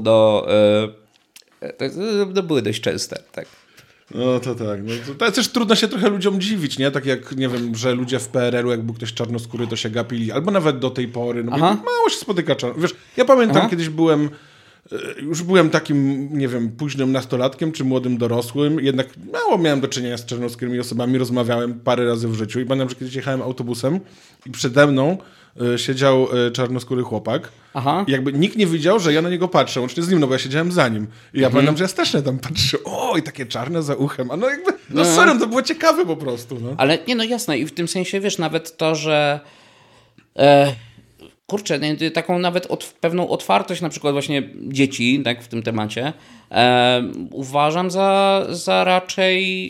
były dość częste, tak. No to tak. To też trudno się trochę ludziom dziwić, nie? Tak jak, nie wiem, że ludzie w PRL-u, jak był ktoś czarnoskóry, to się gapili, albo nawet do tej pory. Mało się spotyka Wiesz, ja pamiętam, kiedyś już byłem takim, nie wiem, późnym nastolatkiem, czy młodym dorosłym, jednak mało miałem do czynienia z czarnoskórymi osobami, rozmawiałem parę razy w życiu i pamiętam, że kiedyś jechałem autobusem i przede mną siedział czarnoskóry chłopak. I jakby nikt nie widział, że ja na niego patrzę, łącznie z nim, bo ja siedziałem za nim. I ja pamiętam, że ja strasznie tam patrzę, i takie czarne za uchem. A serio, to było ciekawe po prostu. No. Ale jasne, i w tym sensie, wiesz, nawet to, że kurczę, taką nawet pewną otwartość na przykład właśnie dzieci, tak, w tym temacie, uważam za raczej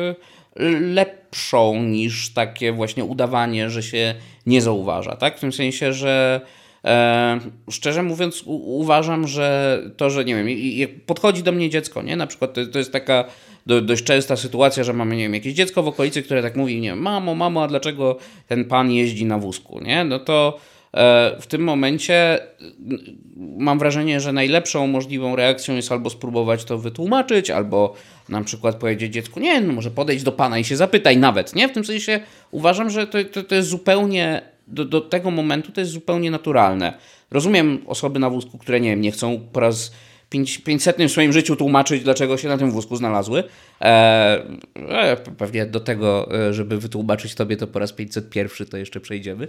lepszą niż takie właśnie udawanie, że się nie zauważa, tak? W tym sensie, że szczerze mówiąc uważam, że to, że nie wiem, jak podchodzi do mnie dziecko, nie? Na przykład to jest taka dość częsta sytuacja, że mamy, nie wiem, jakieś dziecko w okolicy, które tak mówi, nie wiem, mamo, a dlaczego ten pan jeździ na wózku, nie? No to w tym momencie mam wrażenie, że najlepszą możliwą reakcją jest albo spróbować to wytłumaczyć, albo na przykład powiedzieć dziecku, nie, może podejść do pana i się zapytaj nawet, nie? W tym sensie uważam, że to jest zupełnie, do tego momentu to jest zupełnie naturalne. Rozumiem osoby na wózku, które, nie wiem, nie chcą po raz 500 w swoim życiu tłumaczyć, dlaczego się na tym wózku znalazły. Pewnie do tego, żeby wytłumaczyć tobie to po raz 501, to jeszcze przejdziemy.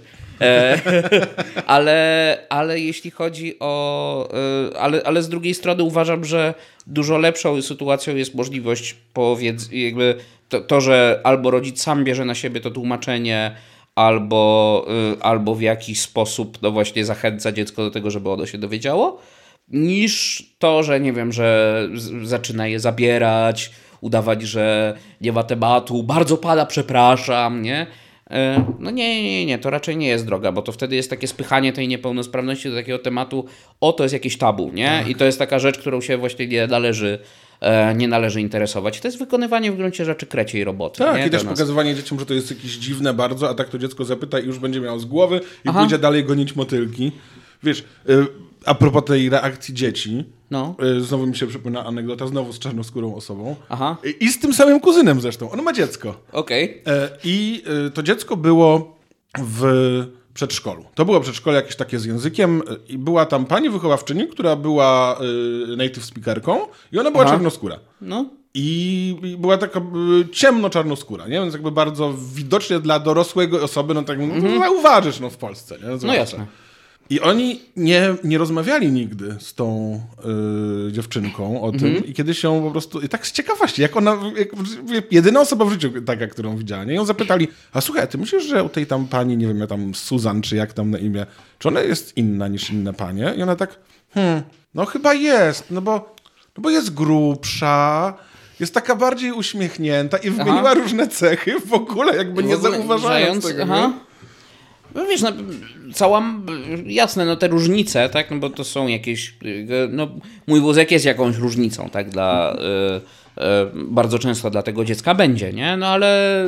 Ale jeśli chodzi o... Ale z drugiej strony uważam, że dużo lepszą sytuacją jest możliwość jakby to, że albo rodzic sam bierze na siebie to tłumaczenie, albo w jakiś sposób właśnie zachęca dziecko do tego, żeby ono się dowiedziało, niż to, że nie wiem, że zaczyna je zabierać, udawać, że nie ma tematu, bardzo pana przepraszam, nie? No nie, to raczej nie jest droga, bo to wtedy jest takie spychanie tej niepełnosprawności do takiego tematu, to jest jakieś tabu, nie? Tak. I to jest taka rzecz, którą się właśnie nie należy interesować. To jest wykonywanie w gruncie rzeczy kreciej roboty. Tak, nie? I też pokazywanie dzieciom, że to jest jakieś dziwne bardzo, a tak to dziecko zapyta i już będzie miał z głowy i pójdzie dalej gonić motylki. Wiesz, a propos tej reakcji dzieci, znowu mi się przypomina anegdota, znowu z czarnoskórą osobą. I z tym samym kuzynem zresztą. On ma dziecko. Okej. I to dziecko było w przedszkolu. To było przedszkole jakieś takie z językiem i była tam pani wychowawczyni, która była native speakerką i ona była czarnoskóra. No. I była taka ciemno-czarnoskóra, nie? Więc jakby bardzo widocznie dla dorosłego osoby, tak zauważysz w Polsce, nie? No jasne. I oni nie rozmawiali nigdy z tą dziewczynką o tym i kiedyś ją po prostu, i tak z ciekawości, jak ona, jedyna osoba w życiu taka, którą widziała, nie? Ją zapytali, a słuchaj, ty myślisz, że u tej tam pani, nie wiem, ja tam Susan, czy jak tam na imię, czy ona jest inna niż inne panie? I ona tak, no chyba jest, no bo jest grubsza, jest taka bardziej uśmiechnięta i wymieniła różne cechy w ogóle jakby nie zauważając tego. No wiesz, jasne, no te różnice, tak, no bo to są jakieś, no mój wózek jest jakąś różnicą, tak, bardzo często dla tego dziecka będzie, nie, no ale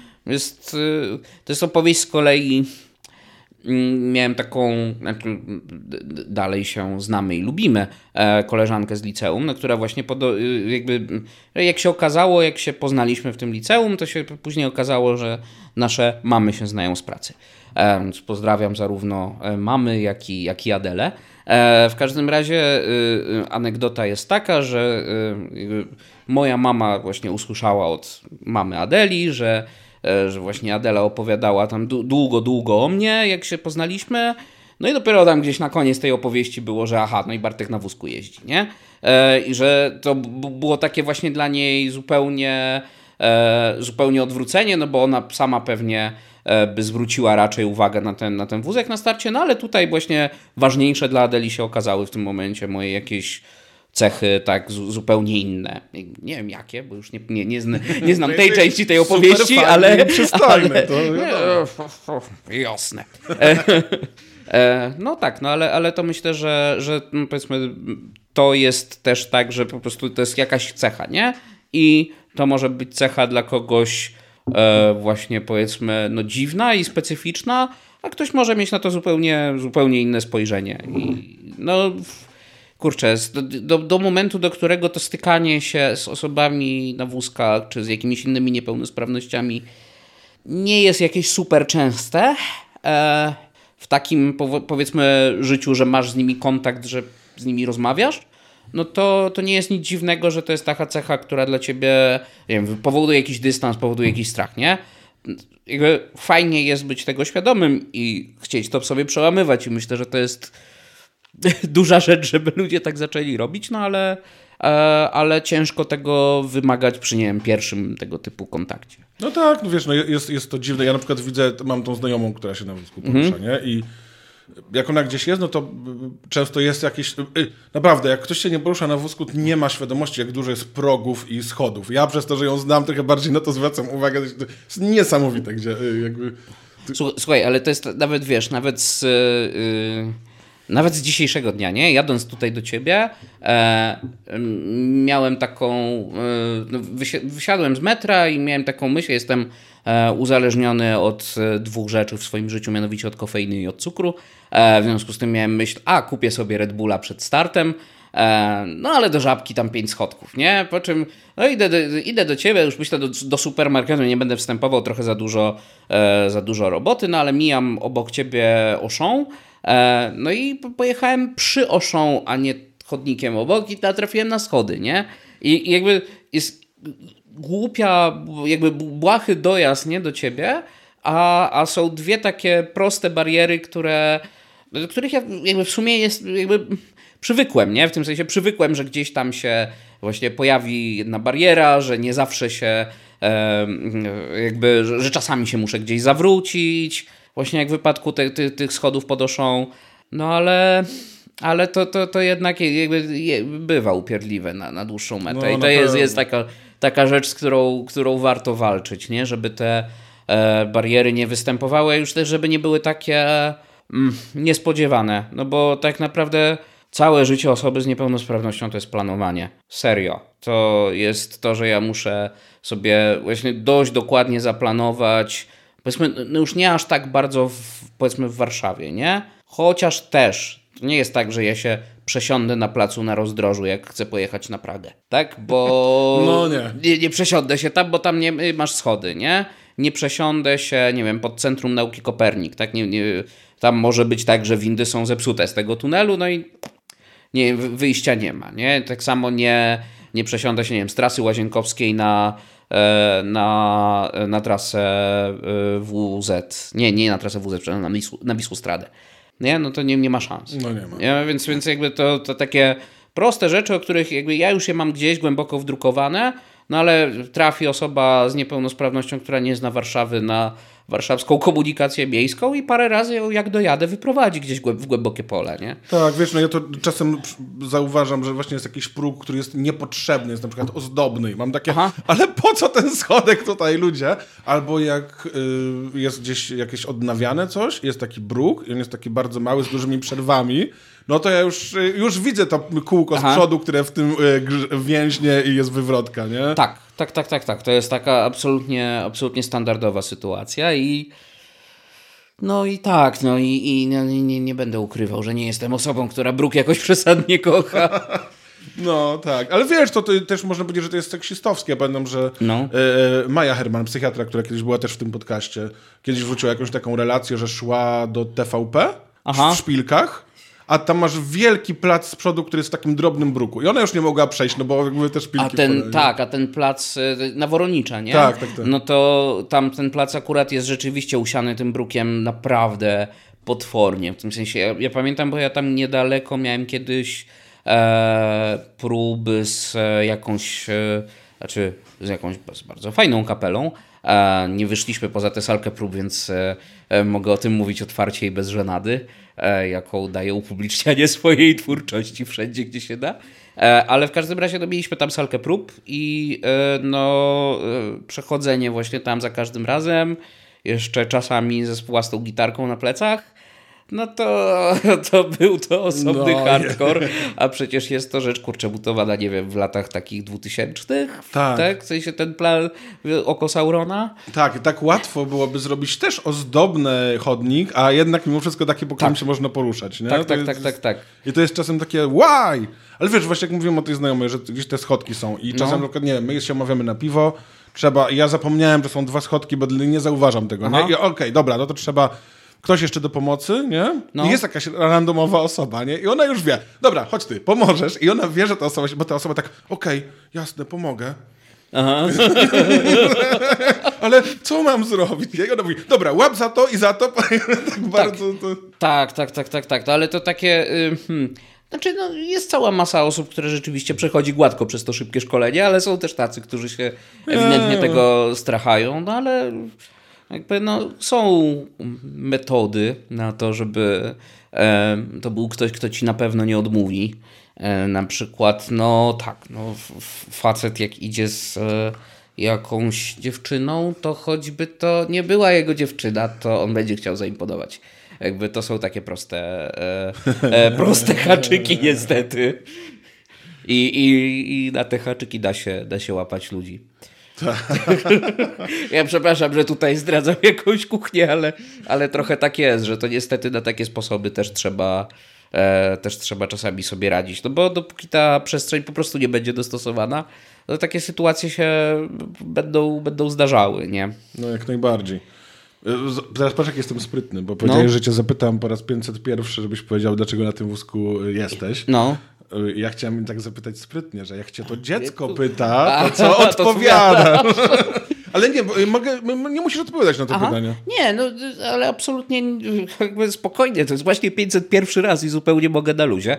to jest opowieść z kolei, miałem taką, dalej się znamy i lubimy, koleżankę z liceum, no, która właśnie jak się okazało, jak się poznaliśmy w tym liceum, to się później okazało, że nasze mamy się znają z pracy. Więc pozdrawiam zarówno mamy, jak i Adelę. W każdym razie anegdota jest taka, że moja mama właśnie usłyszała od mamy Adeli, że właśnie Adela opowiadała tam długo o mnie, jak się poznaliśmy. No i dopiero tam gdzieś na koniec tej opowieści było, że no i Bartek na wózku jeździ, nie? I że to było takie właśnie dla niej zupełnie odwrócenie, no bo ona sama pewnie by zwróciła raczej uwagę na ten wózek na starcie, no ale tutaj właśnie ważniejsze dla Adeli się okazały w tym momencie moje jakieś cechy tak zupełnie inne. Nie wiem jakie, bo już nie znam tej części tej opowieści, ale przystojne. Jasne. No tak, no ale to myślę, że no powiedzmy to jest też tak, że po prostu to jest jakaś cecha, nie? I to może być cecha dla kogoś właśnie powiedzmy no dziwna i specyficzna, a ktoś może mieć na to zupełnie inne spojrzenie. I no kurczę, do momentu, do którego to stykanie się z osobami na wózkach czy z jakimiś innymi niepełnosprawnościami nie jest jakieś super częste w takim powiedzmy życiu, że masz z nimi kontakt, że z nimi rozmawiasz, no to nie jest nic dziwnego, że to jest taka cecha, która dla ciebie, nie wiem, powoduje jakiś dystans, powoduje jakiś strach, nie? Jakby fajnie jest być tego świadomym i chcieć to sobie przełamywać i myślę, że to jest duża rzecz, żeby ludzie tak zaczęli robić, no ale ciężko tego wymagać przy, nie wiem, pierwszym tego typu kontakcie. No tak, no wiesz, no jest to dziwne. Ja na przykład widzę, mam tą znajomą, która się na wózku porusza, nie? I jak ona gdzieś jest, no to często jest jakieś... Naprawdę, jak ktoś się nie porusza na wózku, to nie ma świadomości, jak dużo jest progów i schodów. Ja przez to, że ją znam, trochę bardziej na to zwracam uwagę. To jest niesamowite, gdzie jakby... Słuchaj, ale to jest nawet, wiesz, nawet z dzisiejszego dnia, nie? Jadąc tutaj do ciebie, miałem taką... wysiadłem z metra i miałem taką myśl, jestem uzależniony od dwóch rzeczy w swoim życiu, mianowicie od kofeiny i od cukru. W związku z tym miałem myśl, kupię sobie Red Bulla przed startem, no ale do Żabki tam 5 schodków, nie? Po czym no idę do ciebie, już myślę do supermarketu, nie będę wstępował, trochę za dużo roboty, no ale mijam obok ciebie Auchan, no i pojechałem przy Auchan, a nie chodnikiem obok i trafiłem na schody, nie? I jakby jest głupia, jakby błahy dojazd, nie, do ciebie, a są dwie takie proste bariery, do których ja jakby w sumie przywykłem, nie? W tym sensie przywykłem, że gdzieś tam się właśnie pojawi jedna bariera, że nie zawsze się że czasami się muszę gdzieś zawrócić, właśnie jak w wypadku tych schodów pod Auchan, no ale to jednak jakby bywa upierdliwe na dłuższą metę. No, i to jest taka rzecz, z którą warto walczyć, nie? Żeby te bariery nie występowały, a już też, żeby nie były takie niespodziewane. No bo tak naprawdę całe życie osoby z niepełnosprawnością to jest planowanie. Serio. To jest to, że ja muszę sobie właśnie dość dokładnie zaplanować, powiedzmy, no już nie aż tak bardzo powiedzmy w Warszawie, nie? Chociaż też to nie jest tak, że ja się przesiądę na placu na rozdrożu, jak chcę pojechać na Pragę, tak? Bo no nie przesiądę się tam, bo tam nie masz schody, nie? Nie przesiądę się, nie wiem, pod Centrum Nauki Kopernik, tak? Tam może być tak, że windy są zepsute z tego tunelu, no i wyjścia nie ma, nie? Tak samo nie przesiądę się, nie wiem, z trasy Łazienkowskiej na trasę WZ. Nie na trasę WZ, przepraszam, na Wisłostradę. nie? No to nie ma szans. No nie ma. Nie? Więc jakby to takie proste rzeczy, o których jakby ja już je mam gdzieś głęboko wdrukowane, no ale trafi osoba z niepełnosprawnością, która nie zna Warszawy, na warszawską komunikację miejską i parę razy ją, jak dojadę, wyprowadzi gdzieś w głębokie pole, nie? Tak, wiesz, no ja to czasem zauważam, że właśnie jest jakiś próg, który jest niepotrzebny, jest na przykład ozdobny. Mam takie, ale po co ten schodek tutaj, ludzie? Albo jak jest gdzieś jakieś odnawiane coś, jest taki bruk i on jest taki bardzo mały, z dużymi przerwami, no to ja już widzę to kółko z przodu, które w tym więźnie i jest wywrotka, nie? Tak. To jest taka absolutnie standardowa sytuacja i nie będę ukrywał, że nie jestem osobą, która bruk jakoś przesadnie kocha. No tak, ale wiesz, to też można powiedzieć, że to jest seksistowskie. Ja pamiętam, że Maja Herman, psychiatra, która kiedyś była też w tym podcaście, kiedyś wrzuciła jakąś taką relację, że szła do TVP w Szpilkach, a tam masz wielki plac z przodu, który jest w takim drobnym bruku. I ona już nie mogła przejść, no bo były te szpilki. A ten plac na Woronicza, nie? Tak. No to tam ten plac akurat jest rzeczywiście usiany tym brukiem naprawdę potwornie. W tym sensie, ja pamiętam, bo ja tam niedaleko miałem kiedyś próby z jakąś bardzo fajną kapelą. Nie wyszliśmy poza tę salkę prób, więc mogę o tym mówić otwarcie i bez żenady, jaką daje upublicznianie swojej twórczości wszędzie, gdzie się da. Ale w każdym razie mieliśmy tam salkę prób i przechodzenie właśnie tam za każdym razem, jeszcze czasami ze własną gitarką na plecach, no to był to osobny hardcore, a przecież jest to rzecz, budowana, nie wiem, w latach takich 2000, tak? W sensie ten plan Oko Saurona. Tak łatwo byłoby zrobić też ozdobny chodnik, a jednak mimo wszystko takie, po którym się można poruszać, nie? Tak. I to jest czasem takie, why? Ale wiesz, właśnie jak mówiłem o tej znajomej, że gdzieś te schodki są i czasem na przykład, nie wiem, my się umawiamy na piwo, ja zapomniałem, że są 2 schodki, bo nie zauważam tego, nie? I okej, dobra, no to trzeba... Ktoś jeszcze do pomocy, nie? I jest jakaś randomowa osoba, nie? I ona już wie, dobra, chodź ty, pomożesz. I ona wie, że ta osoba, bo ta osoba tak, okej, jasne, pomogę. Ale co mam zrobić? I ona mówi, dobra, łap za to i za to. Bardzo... Tak. Ale to takie... Znaczy, jest cała masa osób, które rzeczywiście przechodzi gładko przez to szybkie szkolenie, ale są też tacy, którzy się ewidentnie tego strachają, no ale... Jakby są metody na to, żeby to był ktoś, kto ci na pewno nie odmówi. Na przykład, facet jak idzie z jakąś dziewczyną, to choćby to nie była jego dziewczyna, to on będzie chciał zaimponować. Jakby to są takie proste haczyki niestety. I na te haczyki da się łapać ludzi. Ja przepraszam, że tutaj zdradzam jakąś kuchnię, ale trochę tak jest, że to niestety na takie sposoby też trzeba czasami sobie radzić. No bo dopóki ta przestrzeń po prostu nie będzie dostosowana, to takie sytuacje się będą zdarzały, nie? No jak najbardziej. Teraz patrz, jak jestem sprytny, bo powiedziałeś, że cię zapytam po raz 501, żebyś powiedział, dlaczego na tym wózku jesteś. No. Ja chciałem tak zapytać sprytnie, że jak cię to dziecko pyta, to co odpowiadasz? Ale nie, nie musisz odpowiadać na to pytanie. Nie, ale absolutnie jakby spokojnie. To jest właśnie 501 raz i zupełnie mogę na luzie.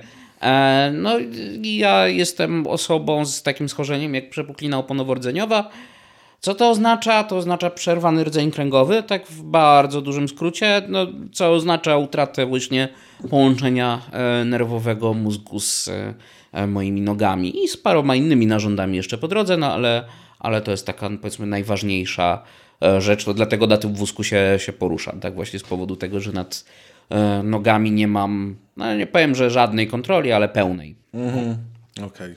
Ja jestem osobą z takim schorzeniem jak przepuklina oponowordzeniowa. Co to oznacza? To oznacza przerwany rdzeń kręgowy, tak w bardzo dużym skrócie, co oznacza utratę właśnie połączenia nerwowego mózgu z moimi nogami i z paroma innymi narządami jeszcze po drodze, ale to jest taka, powiedzmy, najważniejsza rzecz, to dlatego na tym wózku się poruszam, tak właśnie z powodu tego, że nad nogami nie mam, nie powiem, że żadnej kontroli, ale pełnej. Okej.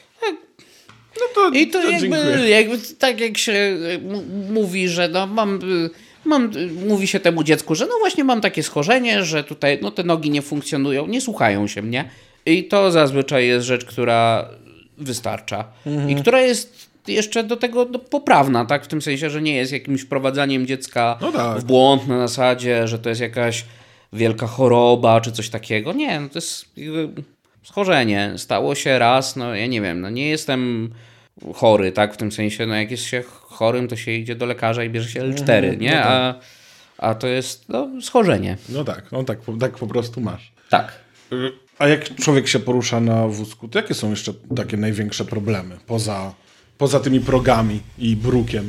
I to jakby tak jak się mówi, że mówi się temu dziecku, że właśnie mam takie schorzenie, że tutaj te nogi nie funkcjonują, nie słuchają się mnie. I to zazwyczaj jest rzecz, która wystarcza. I która jest jeszcze do tego poprawna, tak? W tym sensie, że nie jest jakimś wprowadzaniem dziecka w błąd na zasadzie, że to jest jakaś wielka choroba czy coś takiego. Nie, to jest schorzenie. Stało się raz, ja nie wiem, nie jestem chory, tak? W tym sensie, jak jest się chorym, to się idzie do lekarza i bierze się L4, nie? a to jest schorzenie. No tak po prostu masz. Tak. A jak człowiek się porusza na wózku, to jakie są jeszcze takie największe problemy poza tymi progami i brukiem?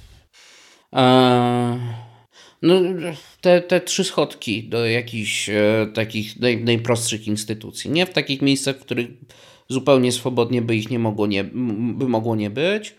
No, te 3 schodki do jakichś takich najprostszych instytucji. Nie w takich miejscach, w których zupełnie swobodnie by ich mogło nie być.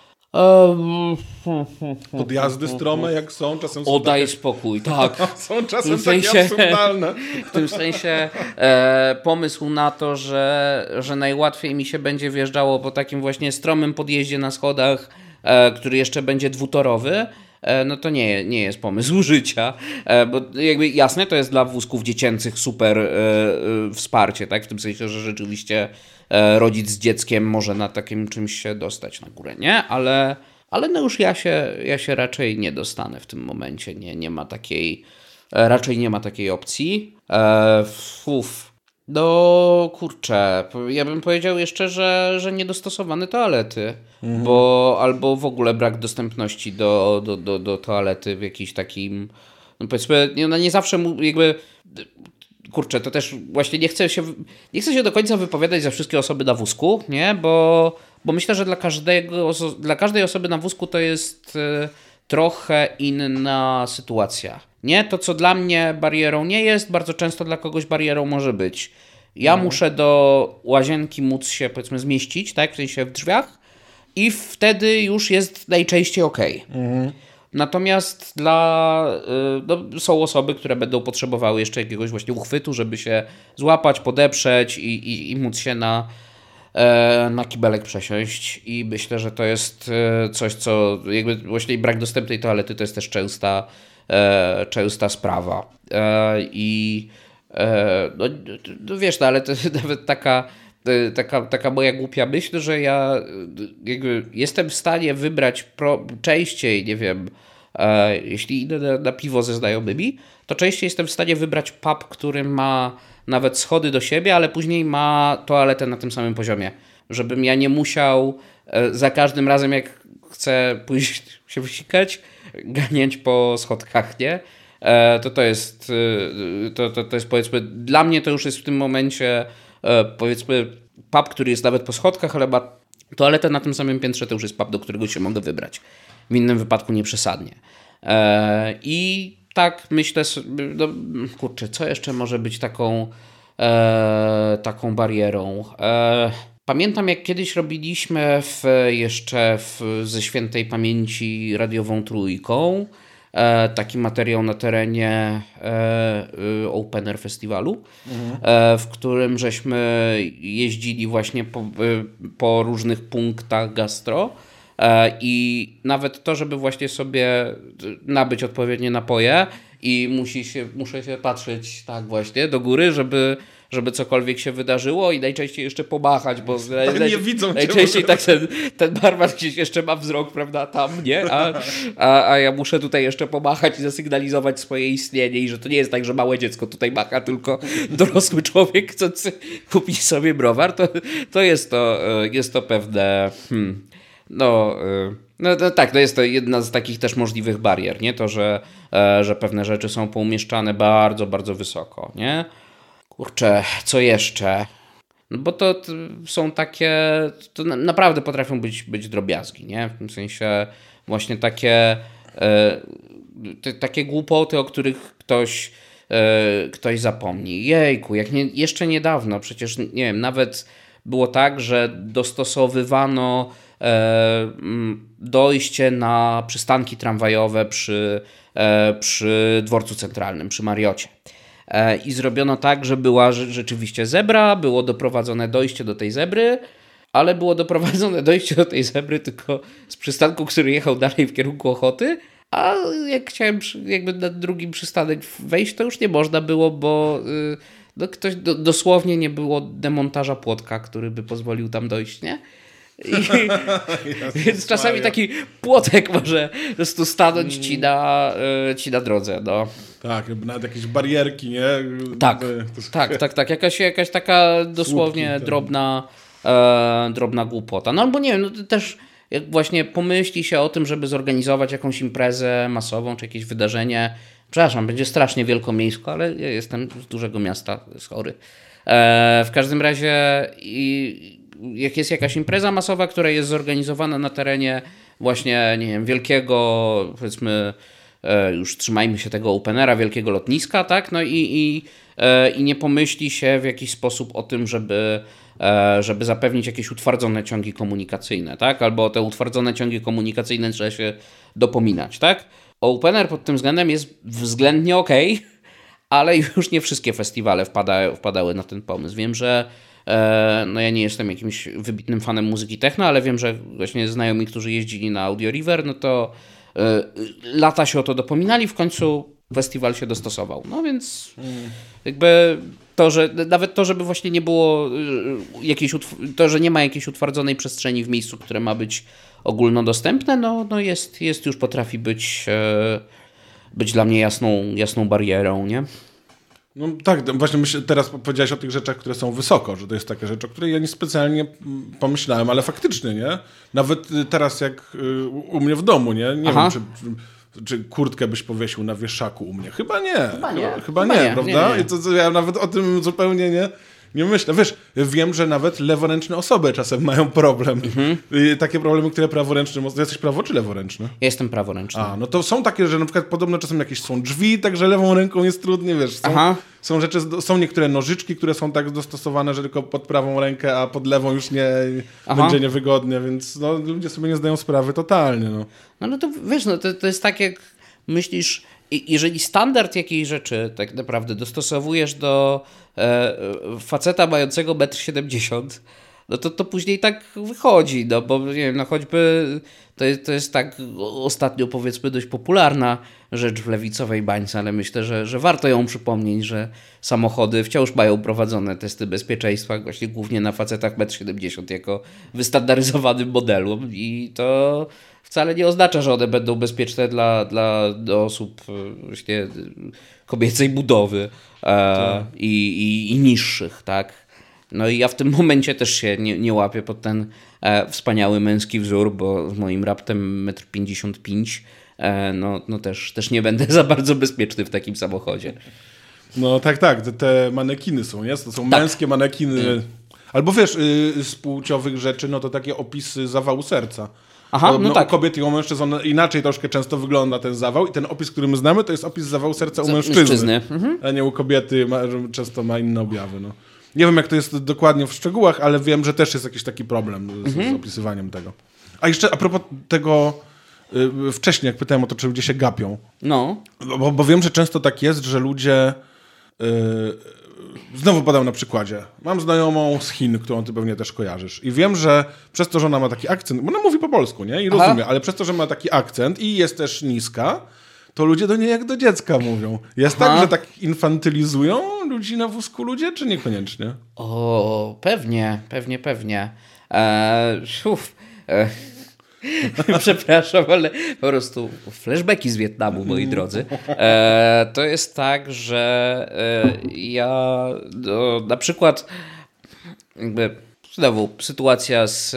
Podjazdy strome jak są, czasem są Daj spokój, tak. Są czasem takie absurdalne. W tym sensie pomysł na to, że najłatwiej mi się będzie wjeżdżało po takim właśnie stromym podjeździe na schodach, który jeszcze będzie dwutorowy, no to nie jest pomysł życia, bo jakby jasne, to jest dla wózków dziecięcych super wsparcie, tak? W tym sensie, że rzeczywiście rodzic z dzieckiem może na takim czymś się dostać na górę, nie? Ale no już ja się raczej nie dostanę w tym momencie, raczej nie ma takiej opcji. No kurczę, ja bym powiedział jeszcze, że niedostosowane toalety, albo w ogóle brak dostępności do toalety w jakimś takim, no powiedzmy, nie zawsze jakby, kurczę, to też właśnie nie chcę się do końca wypowiadać za wszystkie osoby na wózku, nie, bo myślę, że dla każdej osoby na wózku to jest trochę inna sytuacja. Nie? To, co dla mnie barierą nie jest, bardzo często dla kogoś barierą może być. Ja muszę do łazienki móc się, powiedzmy, zmieścić, tak? W sensie w drzwiach i wtedy już jest najczęściej okej. Natomiast są osoby, które będą potrzebowały jeszcze jakiegoś właśnie uchwytu, żeby się złapać, podeprzeć i móc się na kibelek przesiąść i myślę, że to jest coś, co jakby właśnie brak dostępnej toalety to jest też częsta sprawa. No wiesz, no ale to nawet taka moja głupia myśl, że ja jakby jestem w stanie wybrać częściej, nie wiem, jeśli idę na piwo ze znajomymi, to częściej jestem w stanie wybrać pub, który ma nawet schody do siebie, ale później ma toaletę na tym samym poziomie. Żebym ja nie musiał za każdym razem, jak chcę pójść się wysikać, ganiać po schodkach, nie? To jest powiedzmy, dla mnie to już jest w tym momencie powiedzmy pub, który jest nawet po schodkach, ale ma toaletę na tym samym piętrze, to już jest pub, do którego się mogę wybrać. W innym wypadku nieprzesadnie. I tak myślę, no kurczę, co jeszcze może być taką barierą? Pamiętam, jak kiedyś robiliśmy ze świętej pamięci radiową Trójką taki materiał na terenie Open Air Festiwalu, w którym żeśmy jeździli właśnie po różnych punktach gastro i nawet to, żeby właśnie sobie nabyć odpowiednie napoje i muszę się patrzeć tak właśnie do góry, żeby cokolwiek się wydarzyło i najczęściej jeszcze pomachać, bo nie widzą najczęściej tak ten barman gdzieś jeszcze ma wzrok, prawda, tam, nie? A ja muszę tutaj jeszcze pomachać i zasygnalizować swoje istnienie i że to nie jest tak, że małe dziecko tutaj macha, tylko dorosły człowiek chcący kupić sobie browar, to jest to pewne... No tak, to jest to jedna z takich też możliwych barier, nie? To, że pewne rzeczy są poumieszczane bardzo, bardzo wysoko, nie? Kurczę, co jeszcze? No bo to są takie, to naprawdę potrafią być drobiazgi, nie? W tym sensie właśnie takie głupoty, o których ktoś zapomni. Jejku, jeszcze niedawno przecież, nie wiem, nawet było tak, że dostosowywano dojście na przystanki tramwajowe przy dworcu centralnym, przy Mariocie. I zrobiono tak, że była rzeczywiście zebra, było doprowadzone dojście do tej zebry, ale było doprowadzone dojście do tej zebry tylko z przystanku, który jechał dalej w kierunku Ochoty, a jak chciałem jakby na drugi przystanek wejść, to już nie można było, bo ktoś dosłownie nie było demontaża płotka, który by pozwolił tam dojść, nie? Więc czasami taki płotek może po prostu stanąć ci na drodze. No. Tak, nawet jakieś barierki, nie? Tak. Jakaś taka dosłownie słupki, drobna głupota. No albo nie wiem, no też jak właśnie pomyśli się o tym, żeby zorganizować jakąś imprezę masową, czy jakieś wydarzenie, przepraszam, będzie strasznie wielkomiejsko, ale ja jestem z dużego miasta, chory. W każdym razie jak jest jakaś impreza masowa, która jest zorganizowana na terenie właśnie, nie wiem, wielkiego, powiedzmy, już trzymajmy się tego openera, wielkiego lotniska, tak? No i nie pomyśli się w jakiś sposób o tym, żeby zapewnić jakieś utwardzone ciągi komunikacyjne, tak? Albo o te utwardzone ciągi komunikacyjne trzeba się dopominać, tak? Opener pod tym względem jest względnie okej, ale już nie wszystkie festiwale wpadały na ten pomysł. Wiem, że no ja nie jestem jakimś wybitnym fanem muzyki techno, ale wiem, że właśnie znajomi, którzy jeździli na Audio River, no to lata się o to dopominali, w końcu festiwal się dostosował. No więc jakby to, że nawet to, żeby właśnie nie było to, że nie ma jakiejś utwardzonej przestrzeni w miejscu, które ma być ogólnodostępne, no jest już potrafi być dla mnie jasną barierą, nie? No tak, właśnie teraz powiedziałeś o tych rzeczach, które są wysoko, że to jest taka rzecz, o której ja nie specjalnie pomyślałem, ale faktycznie, nie? Nawet teraz jak u mnie w domu, nie? Nie wiem, czy kurtkę byś powiesił na wieszaku u mnie. Chyba nie. Chyba nie, prawda? Nie. I to ja nawet o tym zupełnie nie myślę. Wiesz, wiem, że nawet leworęczne osoby czasem mają problem. Takie problemy, które praworęczne... Ty jesteś prawo czy leworęczny? Ja jestem praworęczny. No to są takie, że na przykład podobno czasem jakieś są drzwi, także lewą ręką jest trudnie, wiesz. Są rzeczy, są niektóre nożyczki, które są tak dostosowane, że tylko pod prawą rękę, a pod lewą już nie będzie niewygodnie, więc no, ludzie sobie nie zdają sprawy totalnie. No to wiesz, to jest tak, jak myślisz... Jeżeli standard jakiejś rzeczy tak naprawdę dostosowujesz do faceta mającego 1,70 m, no to później tak wychodzi, no bo nie wiem, no choćby to jest tak ostatnio powiedzmy dość popularna rzecz w lewicowej bańce, ale myślę, że warto ją przypomnieć, że samochody wciąż mają prowadzone testy bezpieczeństwa właśnie głównie na facetach 1,70 m jako wystandaryzowanym modelu i to wcale nie oznacza, że one będą bezpieczne dla osób właśnie kobiecej budowy i niższych, tak? No i ja w tym momencie też się nie łapię pod ten wspaniały męski wzór, bo z moim raptem 1,55 m no też nie będę za bardzo bezpieczny w takim samochodzie. No tak, te manekiny są, nie? To są męskie manekiny. Albo wiesz, z płciowych rzeczy, no to takie opisy zawału serca. Tak. U kobiet i u mężczyzn inaczej troszkę często wygląda ten zawał i ten opis, który my znamy, to jest opis zawału serca u mężczyzny. A nie u kobiety, często ma inne objawy. No. Nie wiem, jak to jest dokładnie w szczegółach, ale wiem, że też jest jakiś taki problem z opisywaniem tego. A jeszcze a propos tego, wcześniej jak pytałem o to, czy ludzie się gapią. No. Bo wiem, że często tak jest, że ludzie... Znowu podam na przykładzie. Mam znajomą z Chin, którą ty pewnie też kojarzysz. I wiem, że przez to, że ona ma taki akcent, bo ona mówi po polsku, nie? I rozumie, ale przez to, że ma taki akcent i jest też niska, to ludzie do niej jak do dziecka mówią. Jest tak, że tak infantylizują ludzi na wózku ludzie, czy niekoniecznie? O, pewnie. Przepraszam, ale po prostu flashbacki z Wietnamu, moi drodzy. To jest tak, że ja na przykład jakby znowu sytuacja z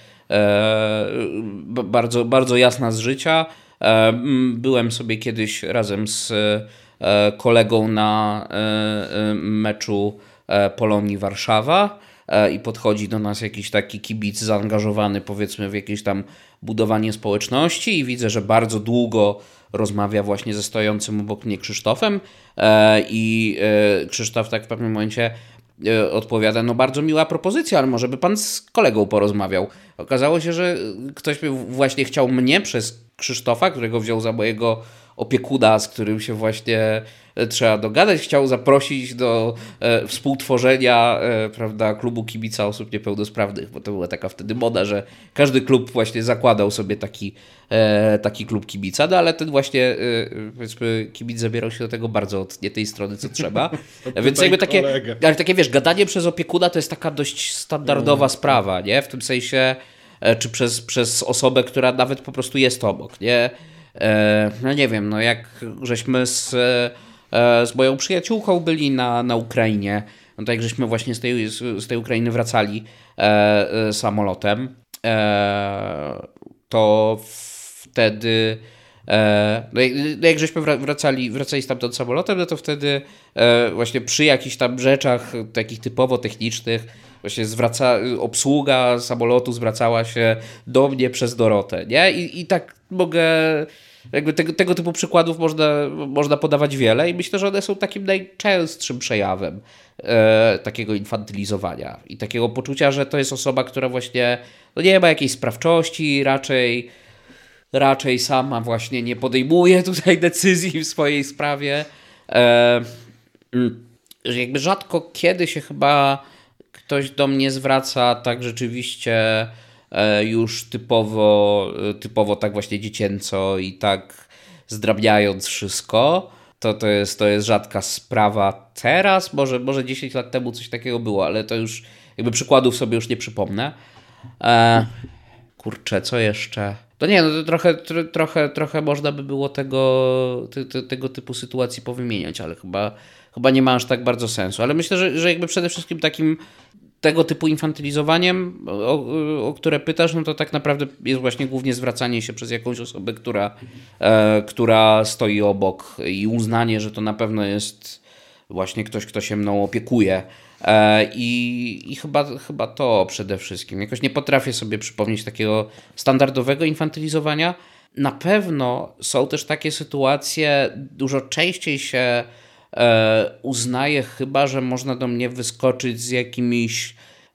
bardzo, bardzo jasna z życia. Byłem sobie kiedyś razem z kolegą na meczu Polonii Warszawa i podchodzi do nas jakiś taki kibic zaangażowany powiedzmy w jakieś tam budowanie społeczności i widzę, że bardzo długo rozmawia właśnie ze stojącym obok mnie Krzysztofem i Krzysztof tak w pewnym momencie odpowiada, no bardzo miła propozycja, ale może by pan z kolegą porozmawiał. Okazało się, że ktoś by właśnie chciał mnie przez Krzysztofa, którego wziął za mojego opiekuna, z którym się właśnie trzeba dogadać, chciał zaprosić do współtworzenia prawda, klubu kibica osób niepełnosprawnych, bo to była taka wtedy moda, że każdy klub właśnie zakładał sobie taki klub kibica, no ale ten właśnie powiedzmy kibic zabierał się do tego bardzo od nie tej strony, co trzeba. Więc jakby takie wiesz, gadanie przez opiekuna to jest taka dość standardowa sprawa, nie? W tym sensie czy przez osobę, która nawet po prostu jest obok, nie? No nie wiem, no jak żeśmy z moją przyjaciółką byli na Ukrainie, no tak jak żeśmy właśnie z tej Ukrainy wracali samolotem to wtedy jak żeśmy wracali stamtąd samolotem, no to wtedy właśnie przy jakichś tam rzeczach takich typowo technicznych właśnie obsługa samolotu zwracała się do mnie przez Dorotę, nie? I tak mogę, jakby tego typu przykładów można podawać wiele i myślę, że one są takim najczęstszym przejawem takiego infantylizowania i takiego poczucia, że to jest osoba, która właśnie nie ma jakiejś sprawczości, raczej sama właśnie nie podejmuje tutaj decyzji w swojej sprawie. Że jakby rzadko kiedy się chyba ktoś do mnie zwraca tak rzeczywiście już typowo tak właśnie dziecięco i tak zdrabniając wszystko. To jest rzadka sprawa teraz. Może 10 lat temu coś takiego było, ale to już jakby przykładów sobie już nie przypomnę. Kurczę, co jeszcze? To nie, no to trochę można by było tego typu sytuacji powymieniać, ale chyba nie ma aż tak bardzo sensu. Ale myślę, że jakby przede wszystkim takim tego typu infantylizowaniem, o które pytasz, no to tak naprawdę jest właśnie głównie zwracanie się przez jakąś osobę, która stoi obok i uznanie, że to na pewno jest właśnie ktoś, kto się mną opiekuje. I chyba to przede wszystkim. Jakoś nie potrafię sobie przypomnieć takiego standardowego infantylizowania. Na pewno są też takie sytuacje, dużo częściej się uznaje chyba, że można do mnie wyskoczyć z jakimiś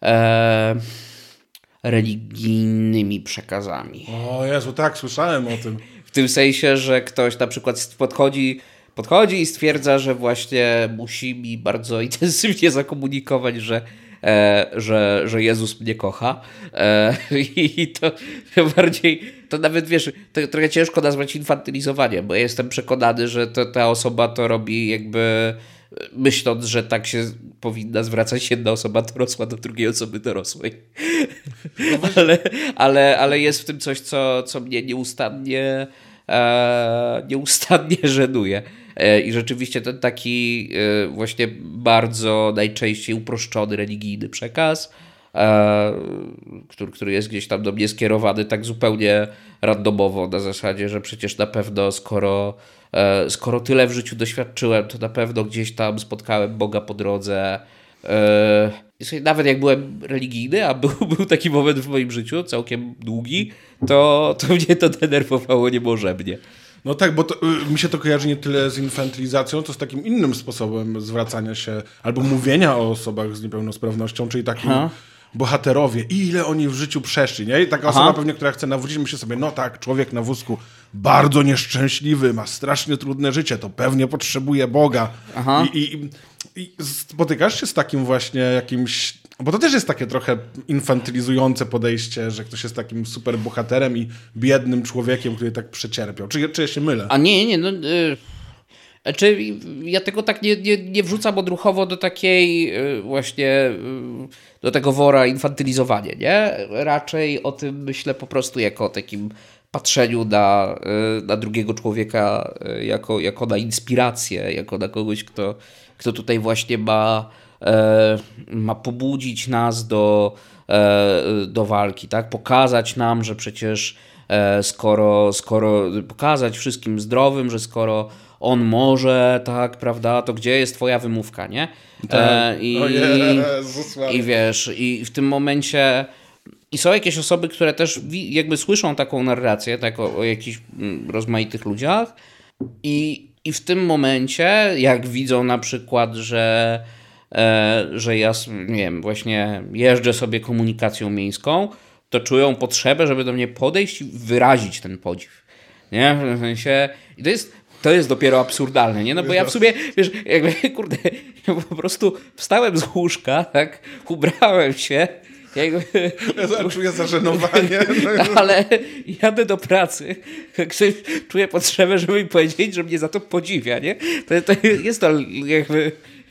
religijnymi przekazami. O Jezu, tak, słyszałem o tym. W tym sensie, że ktoś na przykład podchodzi i stwierdza, że właśnie musi mi bardzo intensywnie zakomunikować, że Jezus mnie kocha. I to bardziej, to nawet wiesz, to trochę ciężko nazwać infantylizowaniem, bo ja jestem przekonany, że ta osoba to robi jakby myśląc, że tak się powinna zwracać jedna osoba dorosła do drugiej osoby dorosłej. Ale jest w tym coś, co mnie nieustannie żenuje. I rzeczywiście ten taki właśnie bardzo najczęściej uproszczony religijny przekaz, który jest gdzieś tam do mnie skierowany tak zupełnie randomowo, na zasadzie, że przecież na pewno skoro tyle w życiu doświadczyłem, to na pewno gdzieś tam spotkałem Boga po drodze. Nawet jak byłem religijny, a był taki moment w moim życiu, całkiem długi, to mnie to denerwowało niemożebnie. No tak, bo mi się to kojarzy nie tyle z infantylizacją, to z takim innym sposobem zwracania się albo mówienia o osobach z niepełnosprawnością, czyli takim bohaterowie, ile oni w życiu przeszli, nie? I taka osoba pewnie, która chce nawrócić, myśli sobie, no tak, człowiek na wózku bardzo nieszczęśliwy, ma strasznie trudne życie, to pewnie potrzebuje Boga. I spotykasz się z takim właśnie jakimś... Bo to też jest takie trochę infantylizujące podejście, że ktoś jest takim super bohaterem i biednym człowiekiem, który tak przecierpiał. Czy ja się mylę? A nie, no... ja tego tak nie wrzucam odruchowo do takiej właśnie, do tego wora infantylizowania, nie? Raczej o tym myślę po prostu jako o takim patrzeniu na drugiego człowieka jako na inspirację, jako na kogoś, kto tutaj właśnie ma pobudzić nas do walki, tak? Pokazać nam, że przecież skoro pokazać wszystkim zdrowym, że skoro on może, tak, prawda, to gdzie jest twoja wymówka, nie? I wiesz, i w tym momencie i są jakieś osoby, które też jakby słyszą taką narrację, tak, o jakichś rozmaitych ludziach i w tym momencie, jak widzą na przykład, że ja, nie wiem, właśnie jeżdżę sobie komunikacją miejską, to czują potrzebę, żeby do mnie podejść i wyrazić ten podziw. Nie? W sensie, i to jest dopiero absurdalne, nie? No bo ja w sumie, wiesz, jakby, kurde, ja po prostu wstałem z łóżka, tak, ubrałem się, ja czuję zażenowanie. Ale jadę do pracy, ktoś czuje potrzebę, żeby mi powiedzieć, że mnie za to podziwia, nie? To jest to jakby...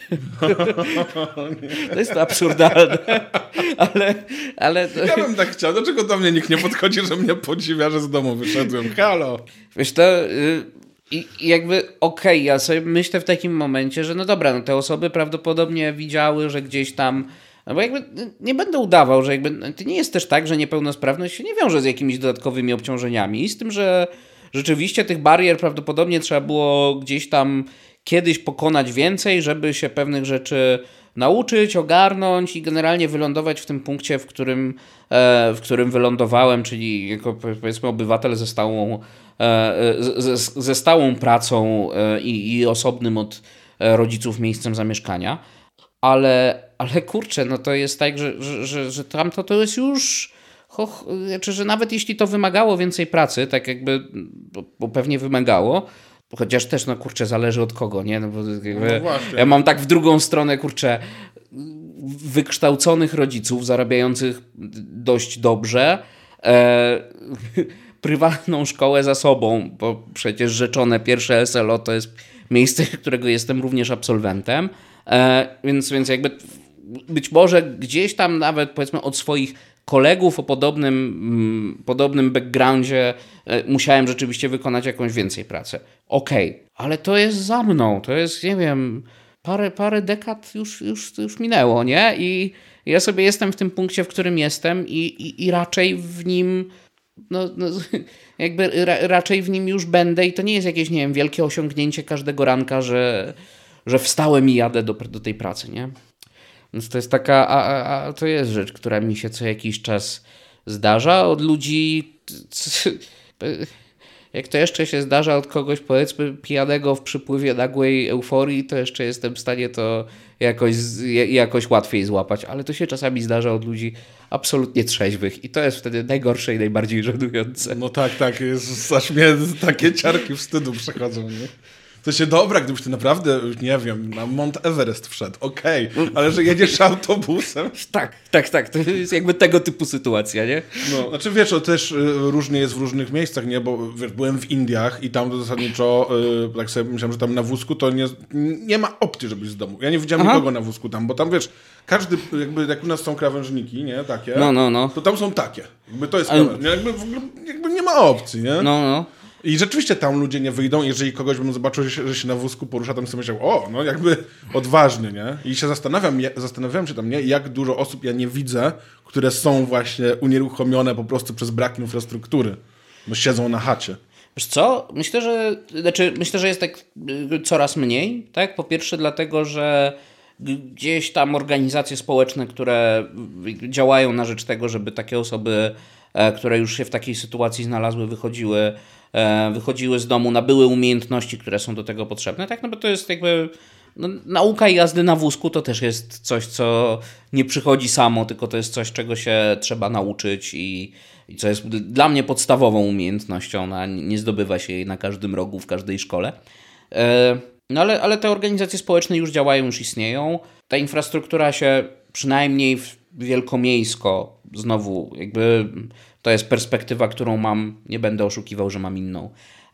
To jest to absurdalne, ale to... Ja bym tak chciał. Dlaczego do mnie nikt nie podchodzi, że mnie podziwia, że z domu wyszedłem? Halo! Wiesz, to i jakby okej, ja sobie myślę w takim momencie, że no dobra, no te osoby prawdopodobnie widziały, że gdzieś tam No bo jakby nie będę udawał, że jakby to nie jest też tak, że niepełnosprawność się nie wiąże z jakimiś dodatkowymi obciążeniami. Z tym, że rzeczywiście tych barier prawdopodobnie trzeba było gdzieś tam kiedyś pokonać więcej, żeby się pewnych rzeczy nauczyć, ogarnąć i generalnie wylądować w tym punkcie, w którym wylądowałem, czyli jako powiedzmy obywatel ze stałą pracą i osobnym od rodziców miejscem zamieszkania. Ale kurczę, no to jest tak, że tamto to jest już... Znaczy, że nawet jeśli to wymagało więcej pracy, tak jakby, bo pewnie wymagało, chociaż też, no kurczę, zależy od kogo, nie? No bo jakby, ja mam tak w drugą stronę, kurczę, wykształconych rodziców, zarabiających dość dobrze, prywatną szkołę za sobą, bo przecież rzeczone pierwsze SLO to jest miejsce, którego jestem również absolwentem, więc jakby być może gdzieś tam nawet, powiedzmy, od swoich kolegów o podobnym backgroundzie musiałem rzeczywiście wykonać jakąś więcej pracy. Okej, ale to jest za mną, to jest, nie wiem, parę dekad już minęło, nie? I ja sobie jestem w tym punkcie, w którym jestem i raczej w nim jakby raczej w nim już będę i to nie jest jakieś, nie wiem, wielkie osiągnięcie każdego ranka, że wstałem i jadę do tej pracy, nie? Więc to jest taka, to jest rzecz, która mi się co jakiś czas zdarza od ludzi, jak to jeszcze się zdarza od kogoś, powiedzmy, pijanego w przypływie nagłej euforii, to jeszcze jestem w stanie to jakoś łatwiej złapać, ale to się czasami zdarza od ludzi absolutnie trzeźwych i to jest wtedy najgorsze i najbardziej żenujące. No tak, jest, aż mnie takie ciarki wstydu przechodzą, nie? To się dobra, gdybyś ty naprawdę, nie wiem, na Mount Everest wszedł, okej, ale że jedziesz autobusem... Tak, to jest jakby tego typu sytuacja, nie? No, znaczy wiesz, to też różnie jest w różnych miejscach, nie, bo wiesz, byłem w Indiach i tam to zasadniczo, tak sobie myślałem, że tam na wózku to nie ma opcji, żebyś z domu. Ja nie widziałem nikogo na wózku tam, bo tam wiesz, każdy, jakby jak u nas są krawężniki, nie, takie, to tam są takie. Jakby to jest krawężnik, jakby nie ma opcji, nie? No. I rzeczywiście tam ludzie nie wyjdą, jeżeli kogoś bym zobaczył, że się na wózku porusza, to bym sobie myślał, no jakby odważny, nie? I się zastanawiałem się tam, nie? Jak dużo osób ja nie widzę, które są właśnie unieruchomione po prostu przez brak infrastruktury, bo siedzą na chacie. Wiesz co? Myślę, że jest tak coraz mniej, tak? Po pierwsze dlatego, że gdzieś tam organizacje społeczne, które działają na rzecz tego, żeby takie osoby, które już się w takiej sytuacji znalazły, wychodziły z domu, nabyły umiejętności, które są do tego potrzebne, tak? No bo to jest jakby nauka jazdy na wózku to też jest coś, co nie przychodzi samo, tylko to jest coś, czego się trzeba nauczyć i co jest dla mnie podstawową umiejętnością, nie zdobywa się jej na każdym rogu, w każdej szkole. No ale te organizacje społeczne już działają, już istnieją. Ta infrastruktura się przynajmniej wielkomiejsko, znowu jakby to jest perspektywa, którą mam, nie będę oszukiwał, że mam inną.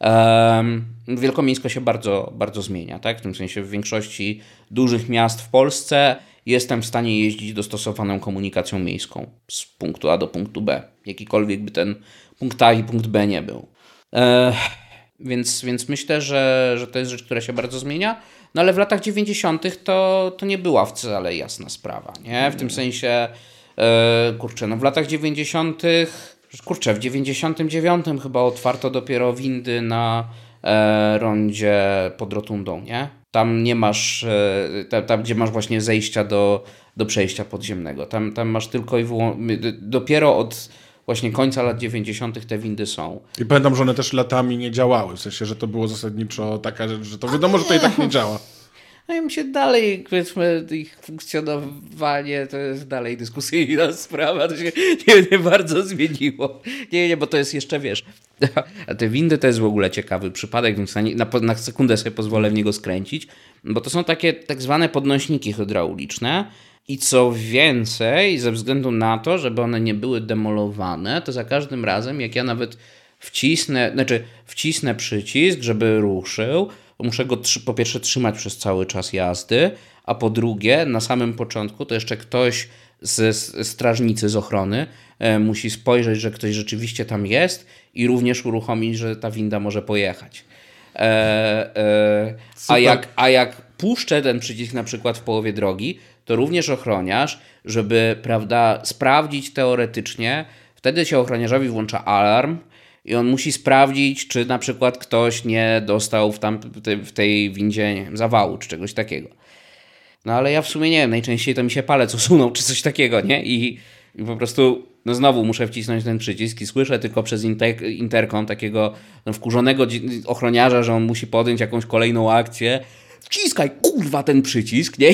Wielkomiejsko się bardzo, bardzo zmienia, tak? W tym sensie w większości dużych miast w Polsce jestem w stanie jeździć dostosowaną komunikacją miejską z punktu A do punktu B. Jakikolwiek by ten punkt A i punkt B nie był. Więc myślę, że to jest rzecz, która się bardzo zmienia. No ale w latach 90. to nie była wcale jasna sprawa, nie? W tym sensie, w latach 90. w 99 chyba otwarto dopiero windy na rondzie pod rotundą, nie? Tam nie masz, tam gdzie masz właśnie zejścia do przejścia podziemnego. Tam masz tylko i dopiero od właśnie końca lat 90. te windy są. I pamiętam, że one też latami nie działały, w sensie, że to było zasadniczo taka rzecz, że to wiadomo, że to i tak nie działa. No i mi się dalej, powiedzmy, ich funkcjonowanie to jest dalej dyskusyjna sprawa, to się nie bardzo zmieniło. Nie, bo to jest jeszcze, wiesz, a te windy to jest w ogóle ciekawy przypadek, więc na sekundę sobie pozwolę w niego skręcić, bo to są takie tak zwane podnośniki hydrauliczne i co więcej, ze względu na to, żeby one nie były demolowane, to za każdym razem, jak ja nawet wcisnę przycisk, żeby ruszył, muszę go po pierwsze trzymać przez cały czas jazdy, a po drugie na samym początku to jeszcze ktoś z strażnicy z ochrony musi spojrzeć, że ktoś rzeczywiście tam jest i również uruchomić, że ta winda może pojechać. A jak puszczę ten przycisk na przykład w połowie drogi, to również ochroniarz, żeby, prawda, sprawdzić teoretycznie, wtedy się ochroniarzowi włącza alarm i on musi sprawdzić, czy na przykład ktoś nie dostał w tej windzie, nie wiem, zawału czy czegoś takiego. No ale ja w sumie nie wiem, najczęściej to mi się palec usunął czy coś takiego, nie? I po prostu no znowu muszę wcisnąć ten przycisk i słyszę tylko przez interkom takiego wkurzonego ochroniarza, że on musi podjąć jakąś kolejną akcję. Wciskaj, kurwa, ten przycisk, nie?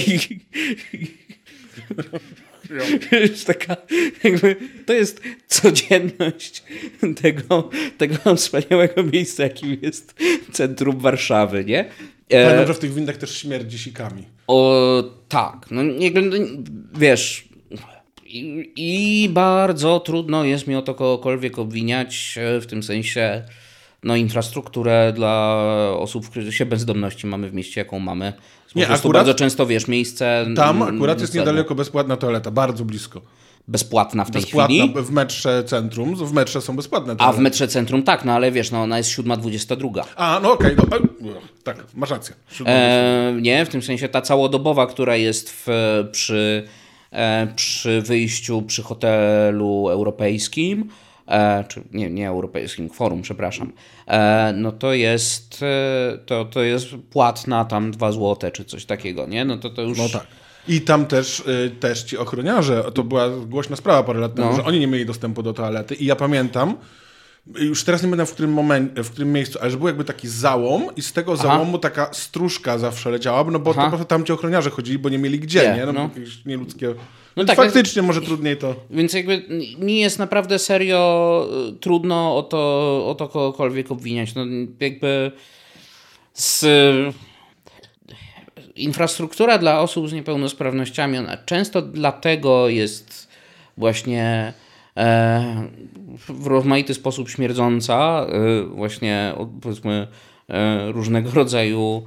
Taka, jakby, to jest codzienność tego wspaniałego miejsca, jakim jest centrum Warszawy, nie? Pamiętam, że w tych windach też śmierdzi sikami. O tak, no jakby, wiesz, i bardzo trudno jest mi o to kogokolwiek obwiniać, w tym sensie no infrastrukturę dla osób w kryzysie bezdomności mamy w mieście, jaką mamy. Nie, akurat bardzo często, wiesz, miejsce... Tam akurat jest niedaleko bezpłatna toaleta, bardzo blisko. Bezpłatna w tej chwili? W metrze centrum, w metrze są bezpłatne A toalety. w metrze centrum tak, no ale wiesz, no ona jest 7:22. A, no okej, tak, masz rację. Nie, w tym sensie ta całodobowa, która jest przy wyjściu przy hotelu europejskim, czy nie europejskim, Forum, przepraszam, no to jest płatna tam 2 zł czy coś takiego, nie? No to już... No tak. I tam też ci ochroniarze, to była głośna sprawa parę lat temu, że oni nie mieli dostępu do toalety i ja pamiętam, już teraz nie będę w którym miejscu, ale że był jakby taki załom i z tego załomu taka stróżka zawsze leciała, no bo to po prostu tam ci ochroniarze chodzili, bo nie mieli gdzie, nie? No. Jakieś nieludzkie... No tak, faktycznie może trudniej to... Więc jakby mi jest naprawdę serio trudno o to kogokolwiek obwiniać. No jakby infrastruktura dla osób z niepełnosprawnościami, ona często dlatego jest właśnie w rozmaity sposób śmierdząca, właśnie powiedzmy różnego rodzaju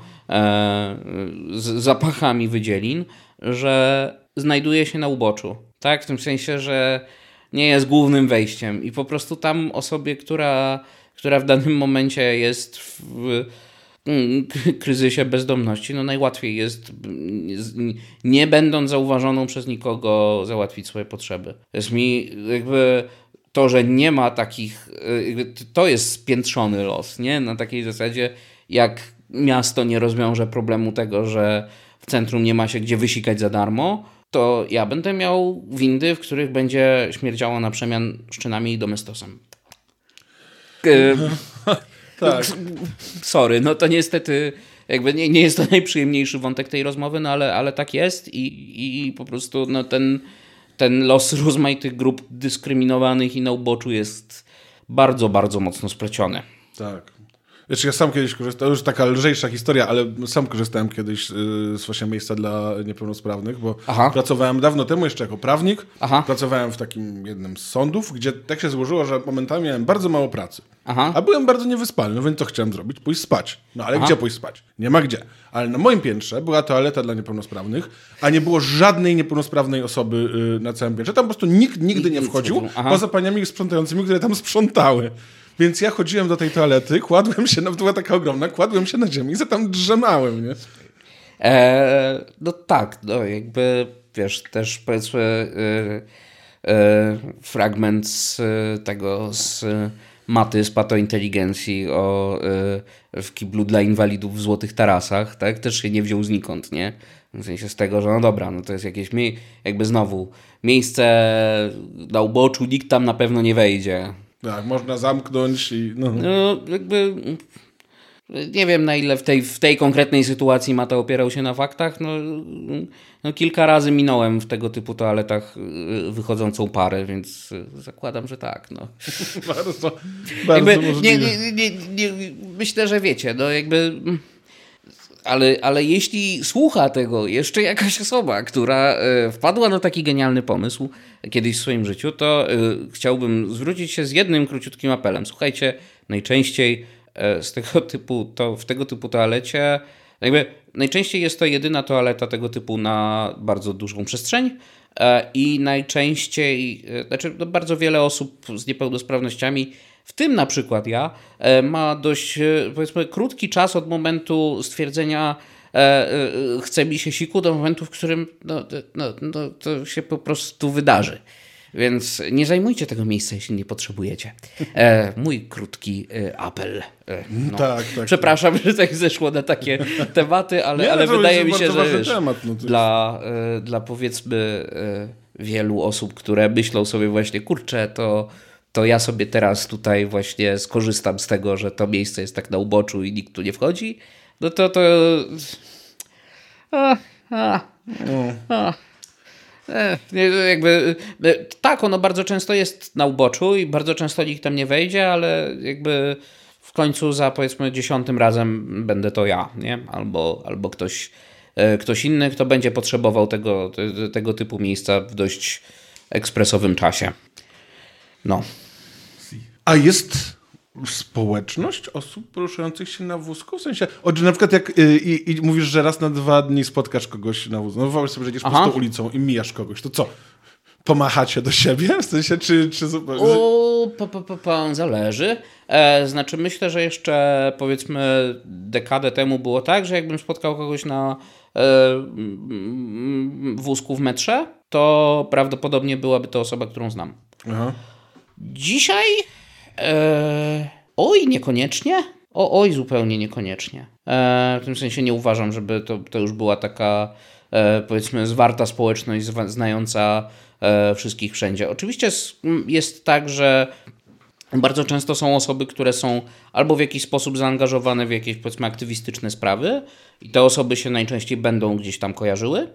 zapachami wydzielin, że znajduje się na uboczu. Tak? W tym sensie, że nie jest głównym wejściem i po prostu tam osobie, która w danym momencie jest w kryzysie bezdomności, no najłatwiej jest, nie będąc zauważoną przez nikogo, załatwić swoje potrzeby. Jest mi jakby to, że nie ma takich, to jest spiętrzony los, nie? Na takiej zasadzie, jak miasto nie rozwiąże problemu tego, że w centrum nie ma się gdzie wysikać za darmo, to ja będę miał windy, w których będzie śmierdziało na przemian szczynami i domestosem. Tak. Sorry, no to niestety jakby nie jest to najprzyjemniejszy wątek tej rozmowy, no ale tak jest i po prostu no ten los rozmaitych grup dyskryminowanych i na uboczu jest bardzo, bardzo mocno spleciony. Tak. Wiesz, ja sam kiedyś korzystałem, to już taka lżejsza historia, ale sam korzystałem kiedyś z właśnie miejsca dla niepełnosprawnych, bo pracowałem dawno temu jeszcze jako prawnik. Pracowałem w takim jednym z sądów, gdzie tak się złożyło, że momentami miałem bardzo mało pracy. A byłem bardzo niewyspany, no więc co chciałem zrobić? Pójść spać. No ale gdzie pójść spać? Nie ma gdzie. Ale na moim piętrze była toaleta dla niepełnosprawnych, a nie było żadnej niepełnosprawnej osoby na całym piętrze. Tam po prostu nikt nigdy nie wchodził, poza paniami sprzątającymi, które tam sprzątały. Więc ja chodziłem do tej toalety, kładłem się, była taka ogromna, kładłem się na ziemi i tam drzemałem, nie? No tak, no jakby, wiesz, też powiedzmy fragment z maty z patointeligencji w kiblu dla inwalidów w Złotych Tarasach, tak? Też się nie wziął znikąd, nie? W sensie z tego, że no dobra, no to jest jakieś jakby znowu miejsce na uboczu, nikt tam na pewno nie wejdzie. Tak, można zamknąć i... No jakby... Nie wiem, na ile w tej konkretnej sytuacji Mata opierał się na faktach. No kilka razy minąłem w tego typu toaletach wychodzącą parę, więc zakładam, że tak. No. bardzo możliwe. Myślę, że wiecie, no jakby... Ale jeśli słucha tego jeszcze jakaś osoba, która wpadła na taki genialny pomysł kiedyś w swoim życiu, to chciałbym zwrócić się z jednym króciutkim apelem. Słuchajcie, najczęściej w tego typu toalecie, jakby najczęściej jest to jedyna toaleta tego typu na bardzo dużą przestrzeń i najczęściej, bardzo wiele osób z niepełnosprawnościami, w tym na przykład ja, ma dość, powiedzmy, krótki czas od momentu stwierdzenia chce mi się siku do momentu, w którym to się po prostu wydarzy. Więc nie zajmujcie tego miejsca, jeśli nie potrzebujecie. Mój krótki apel. Tak. Przepraszam, że tak zeszło na takie tematy, ale wydaje mi się, że temat, dla powiedzmy wielu osób, które myślą sobie właśnie, kurczę, to ja sobie teraz tutaj właśnie skorzystam z tego, że to miejsce jest tak na uboczu i nikt tu nie wchodzi, no to jakby tak, ono bardzo często jest na uboczu i bardzo często nikt tam nie wejdzie, ale jakby w końcu za powiedzmy 10 razem będę to ja, nie? Albo ktoś inny, kto będzie potrzebował tego typu miejsca w dość ekspresowym czasie. No. A jest społeczność osób poruszających się na wózku? W sensie, że na przykład jak mówisz, że raz na 2 dni spotkasz kogoś na wózku, no wyobraź sobie, że idziesz po prostu ulicą i mijasz kogoś, to co? Pomachacie do siebie? W sensie, czy zależy. Znaczy myślę, że jeszcze powiedzmy dekadę temu było tak, że jakbym spotkał kogoś na wózku w metrze, to prawdopodobnie byłaby to osoba, którą znam. Aha. Dzisiaj niekoniecznie. Oj, zupełnie niekoniecznie. W tym sensie nie uważam, żeby to już była taka powiedzmy zwarta społeczność znająca wszystkich wszędzie. Oczywiście jest tak, że bardzo często są osoby, które są albo w jakiś sposób zaangażowane w jakieś powiedzmy aktywistyczne sprawy i te osoby się najczęściej będą gdzieś tam kojarzyły.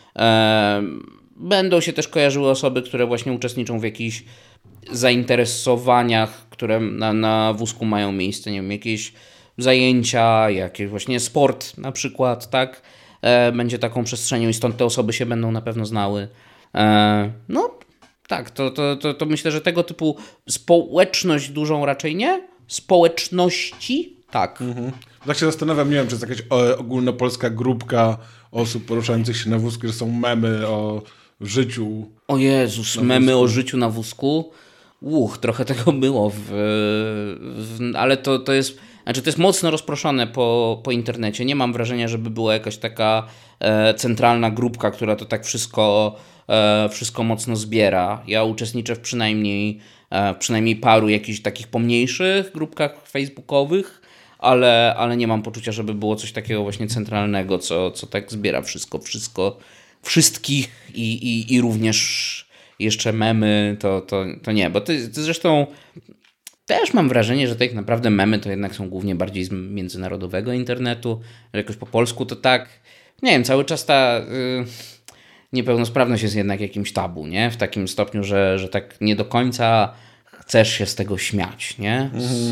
Będą się też kojarzyły osoby, które właśnie uczestniczą w jakichś zainteresowaniach, które na wózku mają miejsce, nie wiem, jakieś zajęcia, jakieś właśnie sport na przykład, tak? Będzie taką przestrzenią i stąd te osoby się będą na pewno znały. No tak, to myślę, że tego typu społeczność dużą raczej nie. Społeczności tak. Mhm. Tak się zastanawiam, nie wiem, czy jest jakaś ogólnopolska grupka osób poruszających się na wózku, że są memy o życiu. O Jezus, memy o życiu na wózku. Trochę tego było, ale to jest... Znaczy to jest mocno rozproszone po internecie. Nie mam wrażenia, żeby była jakaś taka centralna grupka, która to tak wszystko mocno zbiera. Ja uczestniczę w przynajmniej paru jakichś takich pomniejszych grupkach facebookowych, ale nie mam poczucia, żeby było coś takiego właśnie centralnego, co tak zbiera wszystkich i również jeszcze memy, to nie. Bo to zresztą... Też mam wrażenie, że tak naprawdę memy to jednak są głównie bardziej z międzynarodowego internetu, że jakoś po polsku to tak, nie wiem, cały czas ta niepełnosprawność jest jednak jakimś tabu, nie? W takim stopniu, że tak nie do końca chcesz się z tego śmiać, nie?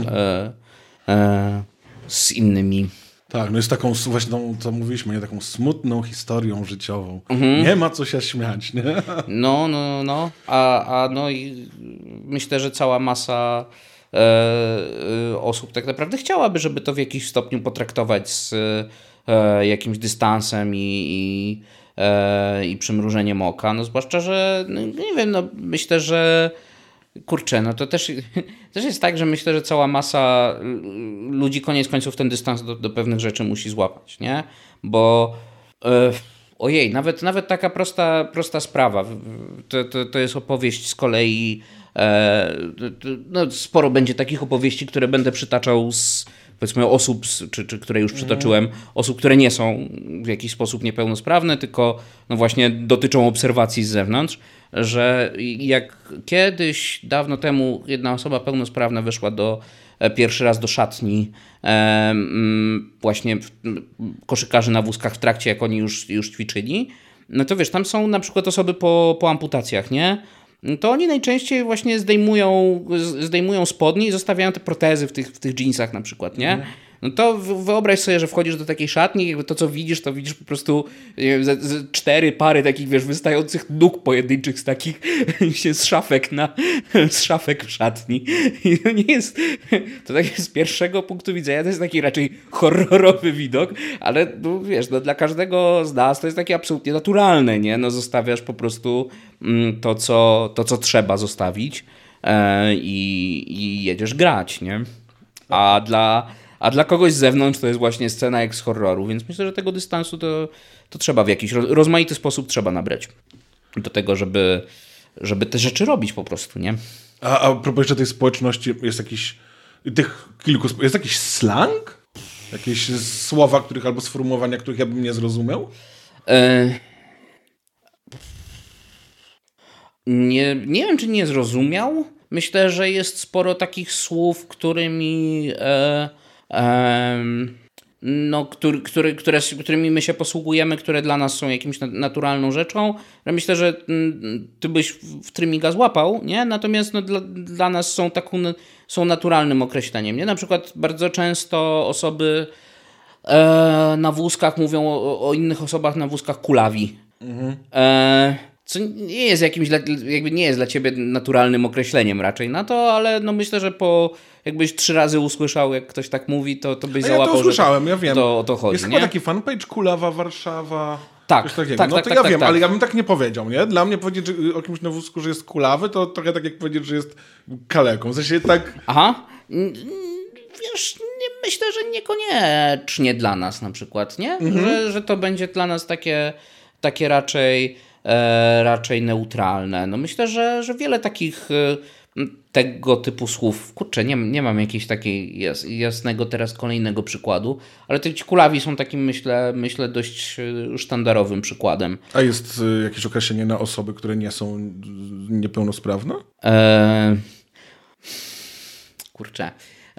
Z innymi. Tak, no jest taką właśnie, co mówiliśmy, nie, taką smutną historią życiową. Nie ma co się śmiać, nie? No. No i myślę, że cała masa osób tak naprawdę chciałaby, żeby to w jakiś stopniu potraktować z jakimś dystansem i przymrużeniem oka. No zwłaszcza, że nie wiem, myślę, że kurczę, no to też jest tak, że myślę, że cała masa ludzi koniec końców ten dystans do pewnych rzeczy musi złapać, nie? Bo ojej, nawet taka prosta sprawa. To jest opowieść z kolei, no sporo będzie takich opowieści, które będę przytaczał z powiedzmy osób, czy które już przytoczyłem, osób, które nie są w jakiś sposób niepełnosprawne, tylko no właśnie dotyczą obserwacji z zewnątrz, że jak kiedyś, dawno temu jedna osoba pełnosprawna weszła pierwszy raz do szatni właśnie koszykarzy na wózkach w trakcie, jak oni już ćwiczyli, no to wiesz, tam są na przykład osoby po amputacjach, nie? To oni najczęściej właśnie zdejmują spodnie i zostawiają te protezy w tych dżinsach na przykład, nie? No to wyobraź sobie, że wchodzisz do takiej szatni i jakby to, co widzisz, to widzisz po prostu nie wiem, 4 pary takich, wiesz, wystających nóg pojedynczych z takich z szafek w szatni. I to nie jest, to tak z pierwszego punktu widzenia to jest taki raczej horrorowy widok, ale no, wiesz, no, dla każdego z nas to jest takie absolutnie naturalne, nie? No zostawiasz po prostu to, co trzeba zostawić i jedziesz grać, nie? A dla kogoś z zewnątrz to jest właśnie scena jak z horroru, więc myślę, że tego dystansu to trzeba w jakiś rozmaity sposób trzeba nabrać do tego, żeby te rzeczy robić po prostu, nie? A propos jeszcze tej społeczności, jest jakiś slang? Jakieś słowa, albo sformułowania, których ja bym nie zrozumiał? Nie wiem, czy nie zrozumiał. Myślę, że jest sporo takich słów, którymi którymi my się posługujemy, które dla nas są jakimś naturalną rzeczą. Myślę, że ty byś w trymiga złapał, nie? Natomiast dla nas są naturalnym określeniem, nie? Na przykład bardzo często osoby na wózkach mówią o innych osobach na wózkach kulawi. Mhm. Co nie jest nie jest dla ciebie naturalnym określeniem raczej na to, ale myślę, że jakbyś 3 razy usłyszał, jak ktoś tak mówi, to byś załapał, ja to usłyszałem, ja wiem. O to chodzi. Jest chyba taki fanpage Kulawa Warszawa. Tak, ja wiem, ale ja bym tak nie powiedział, nie? Dla mnie powiedzieć o kimś na wózku, że jest kulawy, to trochę tak jak powiedzieć, że jest kaleką. W sensie tak... Aha. Wiesz, myślę, że niekoniecznie dla nas na przykład, nie? Że to będzie dla nas takie raczej neutralne. Myślę, że wiele takich tego typu słów, kurczę, nie mam jakiejś takiej jasnego teraz kolejnego przykładu, ale ci kulawi są takim, myślę dość sztandarowym przykładem. A jest jakieś określenie na osoby, które nie są niepełnosprawne? Kurczę.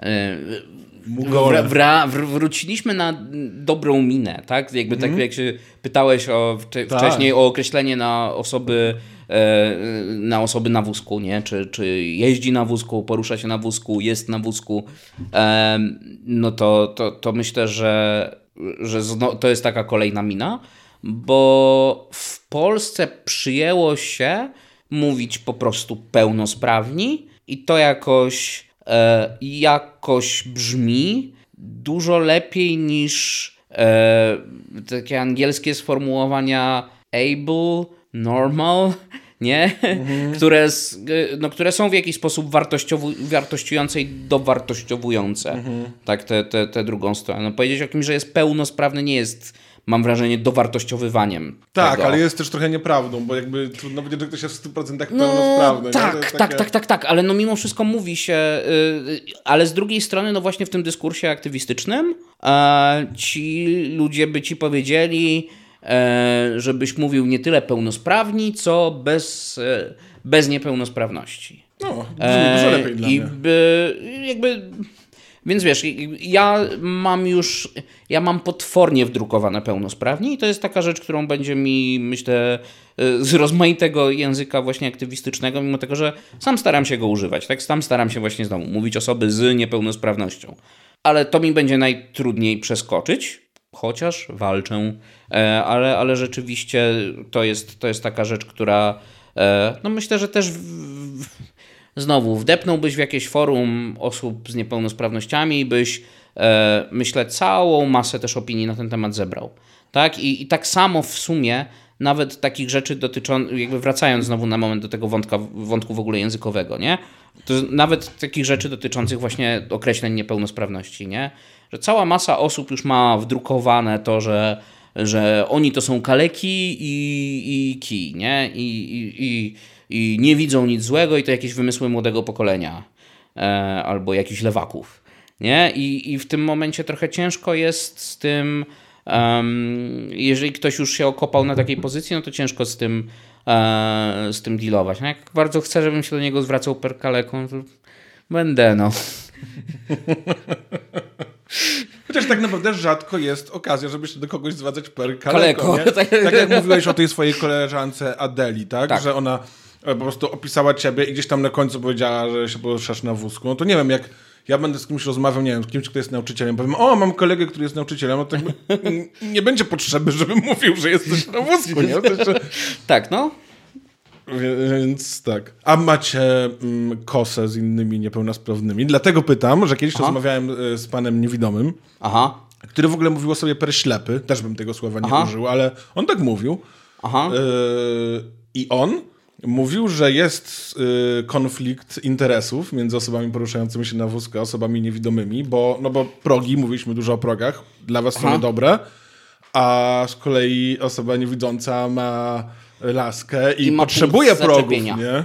Wróciliśmy na dobrą minę, tak? Jakby tak jak się pytałeś wcześniej o określenie na osoby na wózku, nie? Czy jeździ na wózku, porusza się na wózku, jest na wózku, to myślę, że to jest taka kolejna mina, bo w Polsce przyjęło się mówić po prostu pełnosprawni i to jakoś brzmi dużo lepiej niż takie angielskie sformułowania able, normal, nie? Które są w jakiś sposób wartościujące i dowartościowujące. Tak, tę drugą stronę. Powiedzieć o kimś, że jest pełnosprawny nie jest, mam wrażenie, dowartościowywaniem tak, tego. Ale jest też trochę nieprawdą, bo jakby trudno powiedzieć, że ktoś jest w 100% pełnosprawny. Tak, ale mimo wszystko mówi się, ale z drugiej strony, właśnie w tym dyskursie aktywistycznym ci ludzie by ci powiedzieli, żebyś mówił nie tyle pełnosprawni, co bez niepełnosprawności. Brzmi dużo lepiej dla mnie. Więc wiesz, ja mam potwornie wdrukowane pełnosprawni i to jest taka rzecz, którą będzie mi, myślę, z rozmaitego języka właśnie aktywistycznego, mimo tego, że sam staram się go używać, tak? Sam staram się właśnie znowu mówić osoby z niepełnosprawnością. Ale to mi będzie najtrudniej przeskoczyć, chociaż walczę, ale rzeczywiście to jest taka rzecz, która myślę, że też znowu wdepnąłbyś w jakieś forum osób z niepełnosprawnościami i byś, myślę, całą masę też opinii na ten temat zebrał. Tak? I tak samo w sumie nawet takich rzeczy dotyczących, jakby wracając znowu na moment do tego wątku w ogóle językowego, nie? To nawet takich rzeczy dotyczących właśnie określeń niepełnosprawności, nie? Że cała masa osób już ma wdrukowane to, że oni to są kaleki i kij, nie? I nie widzą nic złego i to jakieś wymysły młodego pokolenia albo jakichś lewaków, nie? I w tym momencie trochę ciężko jest z tym, jeżeli ktoś już się okopał na takiej pozycji, no to ciężko z tym dealować. No jak bardzo chcę, żebym się do niego zwracał per kaleką, to będę, Chociaż tak naprawdę rzadko jest okazja, żeby się do kogoś zwracać per kaleko. Tak jak mówiłeś o tej swojej koleżance Adeli, tak? Że ona po prostu opisała ciebie i gdzieś tam na końcu powiedziała, że się poruszasz na wózku. No to nie wiem, jak ja będę z kimś rozmawiał, nie wiem, z kimś, kto jest nauczycielem, powiem, mam kolegę, który jest nauczycielem, no to nie będzie potrzeby, żebym mówił, że jesteś na wózku, nie? Tak, Więc tak. A macie kosę z innymi niepełnosprawnymi? Dlatego pytam, że kiedyś rozmawiałem z panem niewidomym, który w ogóle mówił o sobie per ślepy. Też bym tego słowa nie użył, ale on tak mówił. I on mówił, że jest konflikt interesów między osobami poruszającymi się na wózku a osobami niewidomymi, bo progi, mówiliśmy dużo o progach, dla was są niedobre, a z kolei osoba niewidząca ma laskę i potrzebuje progów, nie?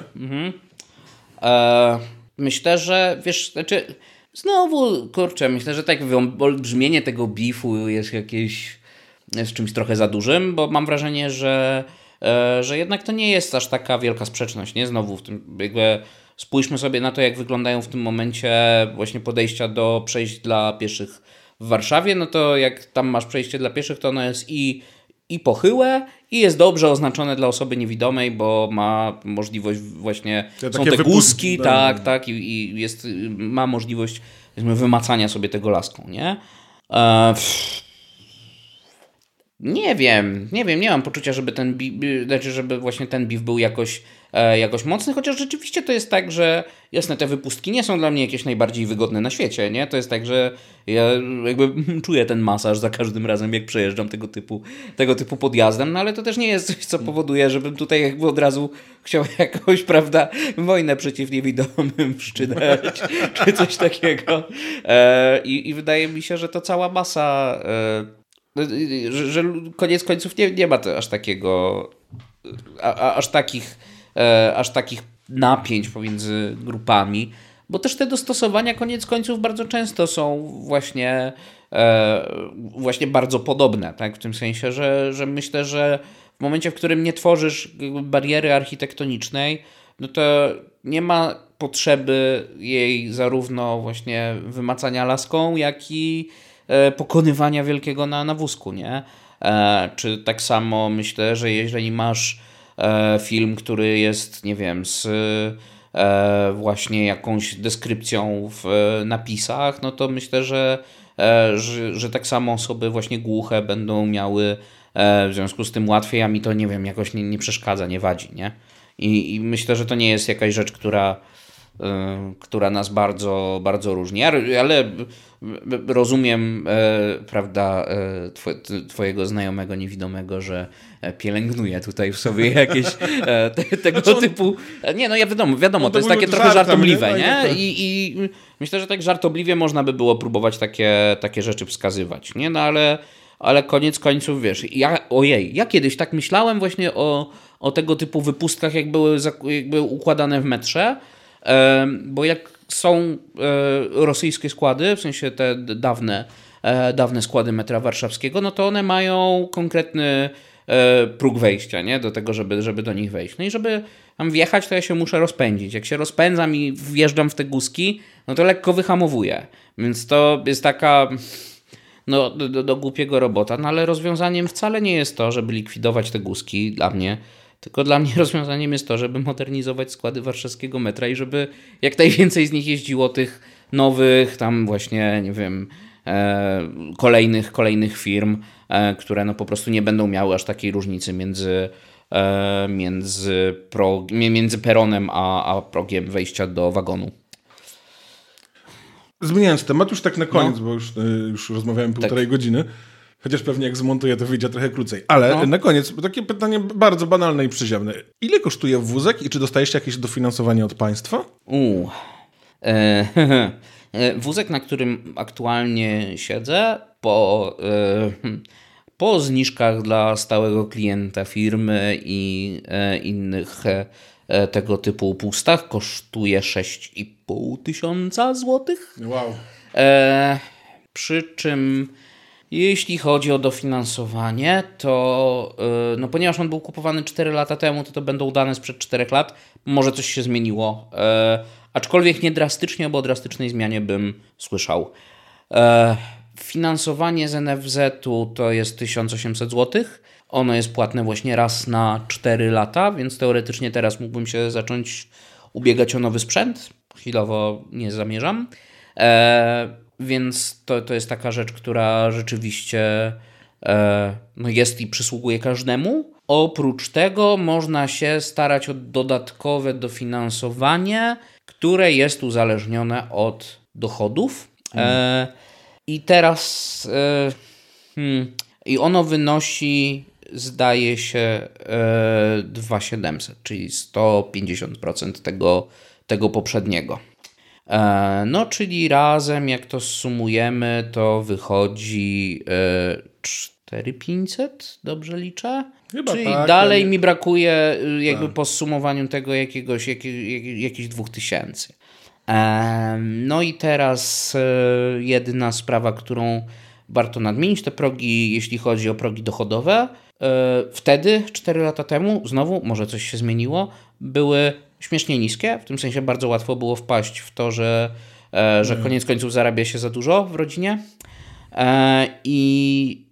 Myślę, że wiesz, znaczy znowu, kurczę, myślę, że tak brzmienie tego beefu jest czymś trochę za dużym, bo mam wrażenie, że jednak to nie jest aż taka wielka sprzeczność, nie? Znowu w tym jakby spójrzmy sobie na to, jak wyglądają w tym momencie właśnie podejścia do przejść dla pieszych w Warszawie, no to jak tam masz przejście dla pieszych, to ono jest i pochyłe, i jest dobrze oznaczone dla osoby niewidomej, bo ma możliwość właśnie, są te guzki, tak, i ma możliwość wymacania sobie tego laską, nie? Nie wiem, nie mam poczucia, żeby żeby właśnie ten beef był jakoś mocny, chociaż rzeczywiście to jest tak, że jasne, te wypustki nie są dla mnie jakieś najbardziej wygodne na świecie, nie? To jest tak, że ja jakby czuję ten masaż za każdym razem, jak przejeżdżam tego typu podjazdem, no ale to też nie jest coś, co powoduje, żebym tutaj jakby od razu chciał jakąś, prawda, wojnę przeciw niewidomym wszczynać, czy coś takiego. I wydaje mi się, że to cała masa... że koniec końców nie ma to aż takiego aż takich napięć pomiędzy grupami, bo też te dostosowania koniec końców bardzo często są właśnie bardzo podobne, tak? W tym sensie, że myślę, że w momencie, w którym nie tworzysz bariery architektonicznej, no to nie ma potrzeby jej zarówno właśnie wymacania laską, jak i pokonywania wielkiego na wózku, nie? Czy tak samo myślę, że jeżeli masz film, który jest, nie wiem, z właśnie jakąś deskrypcją w napisach, no to myślę, że tak samo osoby właśnie głuche będą miały w związku z tym łatwiej, a mi to, nie wiem, jakoś nie przeszkadza, nie wadzi, nie? I myślę, że to nie jest jakaś rzecz, która nas bardzo, bardzo różni, ale rozumiem, prawda, twojego znajomego niewidomego, pielęgnuje tutaj w sobie jakieś tego typu... Nie, no ja wiadomo, to jest takie trochę żartobliwe, nie? I myślę, że tak żartobliwie można by było próbować takie rzeczy wskazywać, nie? No ale koniec końców, wiesz, ja kiedyś tak myślałem właśnie o tego typu wypustkach, jak były układane w metrze, bo jak są rosyjskie składy, w sensie te dawne składy metra warszawskiego, no to one mają konkretny próg wejścia, nie? Do tego, żeby do nich wejść. No i żeby tam wjechać, to ja się muszę rozpędzić. Jak się rozpędzam i wjeżdżam w te guzki, no to lekko wyhamowuję. Więc to jest taka... No, do głupiego robota, no ale rozwiązaniem wcale nie jest to, żeby likwidować te guzki dla mnie, tylko dla mnie rozwiązaniem jest to, żeby modernizować składy warszawskiego metra i żeby jak najwięcej z nich jeździło tych nowych, tam właśnie, nie wiem, kolejnych firm, które no po prostu nie będą miały aż takiej różnicy między peronem a progiem wejścia do wagonu. Zmieniając temat już tak na koniec, bo już rozmawiałem półtorej godziny, chociaż pewnie jak zmontuję, to wyjdzie trochę krócej. Ale na koniec takie pytanie bardzo banalne i przyziemne. Ile kosztuje wózek i czy dostajecie jakieś dofinansowanie od państwa? Wózek, na którym aktualnie siedzę, po zniżkach dla stałego klienta firmy i innych tego typu upustach kosztuje 6500 złotych. Wow. Przy czym jeśli chodzi o dofinansowanie, to no ponieważ on był kupowany 4 lata temu, to będą dane sprzed 4 lat. Może coś się zmieniło. Aczkolwiek nie drastycznie, bo o drastycznej zmianie bym słyszał. Finansowanie z NFZ-u to jest 1800 zł. Ono jest płatne właśnie raz na 4 lata, więc teoretycznie teraz mógłbym się zacząć ubiegać o nowy sprzęt. Chwilowo nie zamierzam. Więc to jest taka rzecz, która rzeczywiście no jest i przysługuje każdemu. Oprócz tego można się starać o dodatkowe dofinansowanie, które jest uzależnione od dochodów. I teraz i ono wynosi zdaje się 2700, czyli 150% tego poprzedniego. No, czyli razem, jak to sumujemy, to wychodzi 4500, dobrze liczę? Chyba czyli tak, dalej mi brakuje jakby po zsumowaniu tego jakichś 2000. No i teraz jedna sprawa, którą warto nadmienić, te progi, jeśli chodzi o progi dochodowe. Wtedy, 4 lata temu, znowu, może coś się zmieniło, były śmiesznie niskie, w tym sensie bardzo łatwo było wpaść w to, że koniec końców zarabia się za dużo w rodzinie. I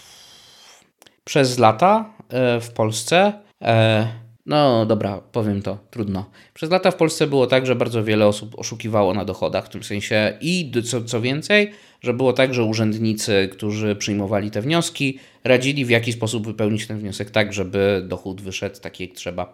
przez lata w Polsce, no dobra, powiem to, trudno. Przez lata w Polsce było tak, że bardzo wiele osób oszukiwało na dochodach, w tym sensie i co więcej, że było tak, że urzędnicy, którzy przyjmowali te wnioski, radzili, w jaki sposób wypełnić ten wniosek tak, żeby dochód wyszedł tak jak trzeba.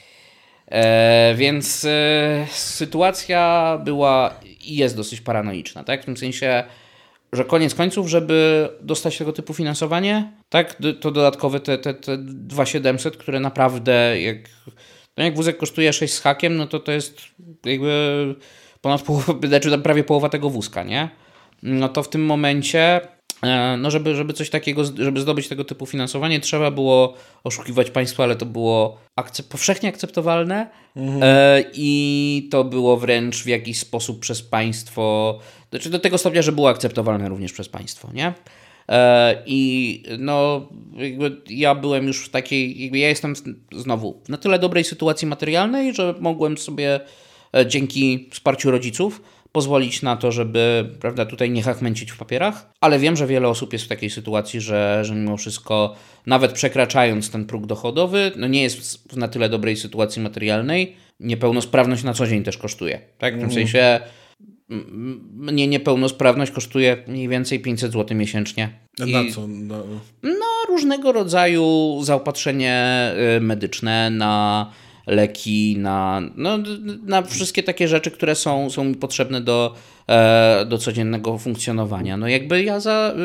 Więc sytuacja była i jest dosyć paranoiczna, tak? W tym sensie, że koniec końców, żeby dostać tego typu finansowanie, tak, to dodatkowe te 2700, które naprawdę, jak wózek kosztuje 6 z hakiem, no to jest jakby ponad połowa, znaczy prawie połowa tego wózka, nie? No to w tym momencie, no żeby coś takiego, żeby zdobyć tego typu finansowanie, trzeba było oszukiwać państwo, ale to było powszechnie akceptowalne i to było wręcz w jakiś sposób przez państwo, znaczy do tego stopnia, że było akceptowalne również przez państwo, nie? I no jakby ja byłem już w takiej, jakby ja jestem znowu na tyle dobrej sytuacji materialnej, że mogłem sobie dzięki wsparciu rodziców pozwolić na to, żeby, prawda, tutaj nie chachmęcić w papierach, ale wiem, że wiele osób jest w takiej sytuacji, że mimo wszystko, nawet przekraczając ten próg dochodowy, no nie jest w na tyle dobrej sytuacji materialnej. Niepełnosprawność na co dzień też kosztuje, tak? W tym sensie mnie niepełnosprawność kosztuje mniej więcej 500 zł miesięcznie. Na co? No, różnego rodzaju zaopatrzenie medyczne, na leki, na wszystkie takie rzeczy, które są mi potrzebne do codziennego funkcjonowania. No jakby ja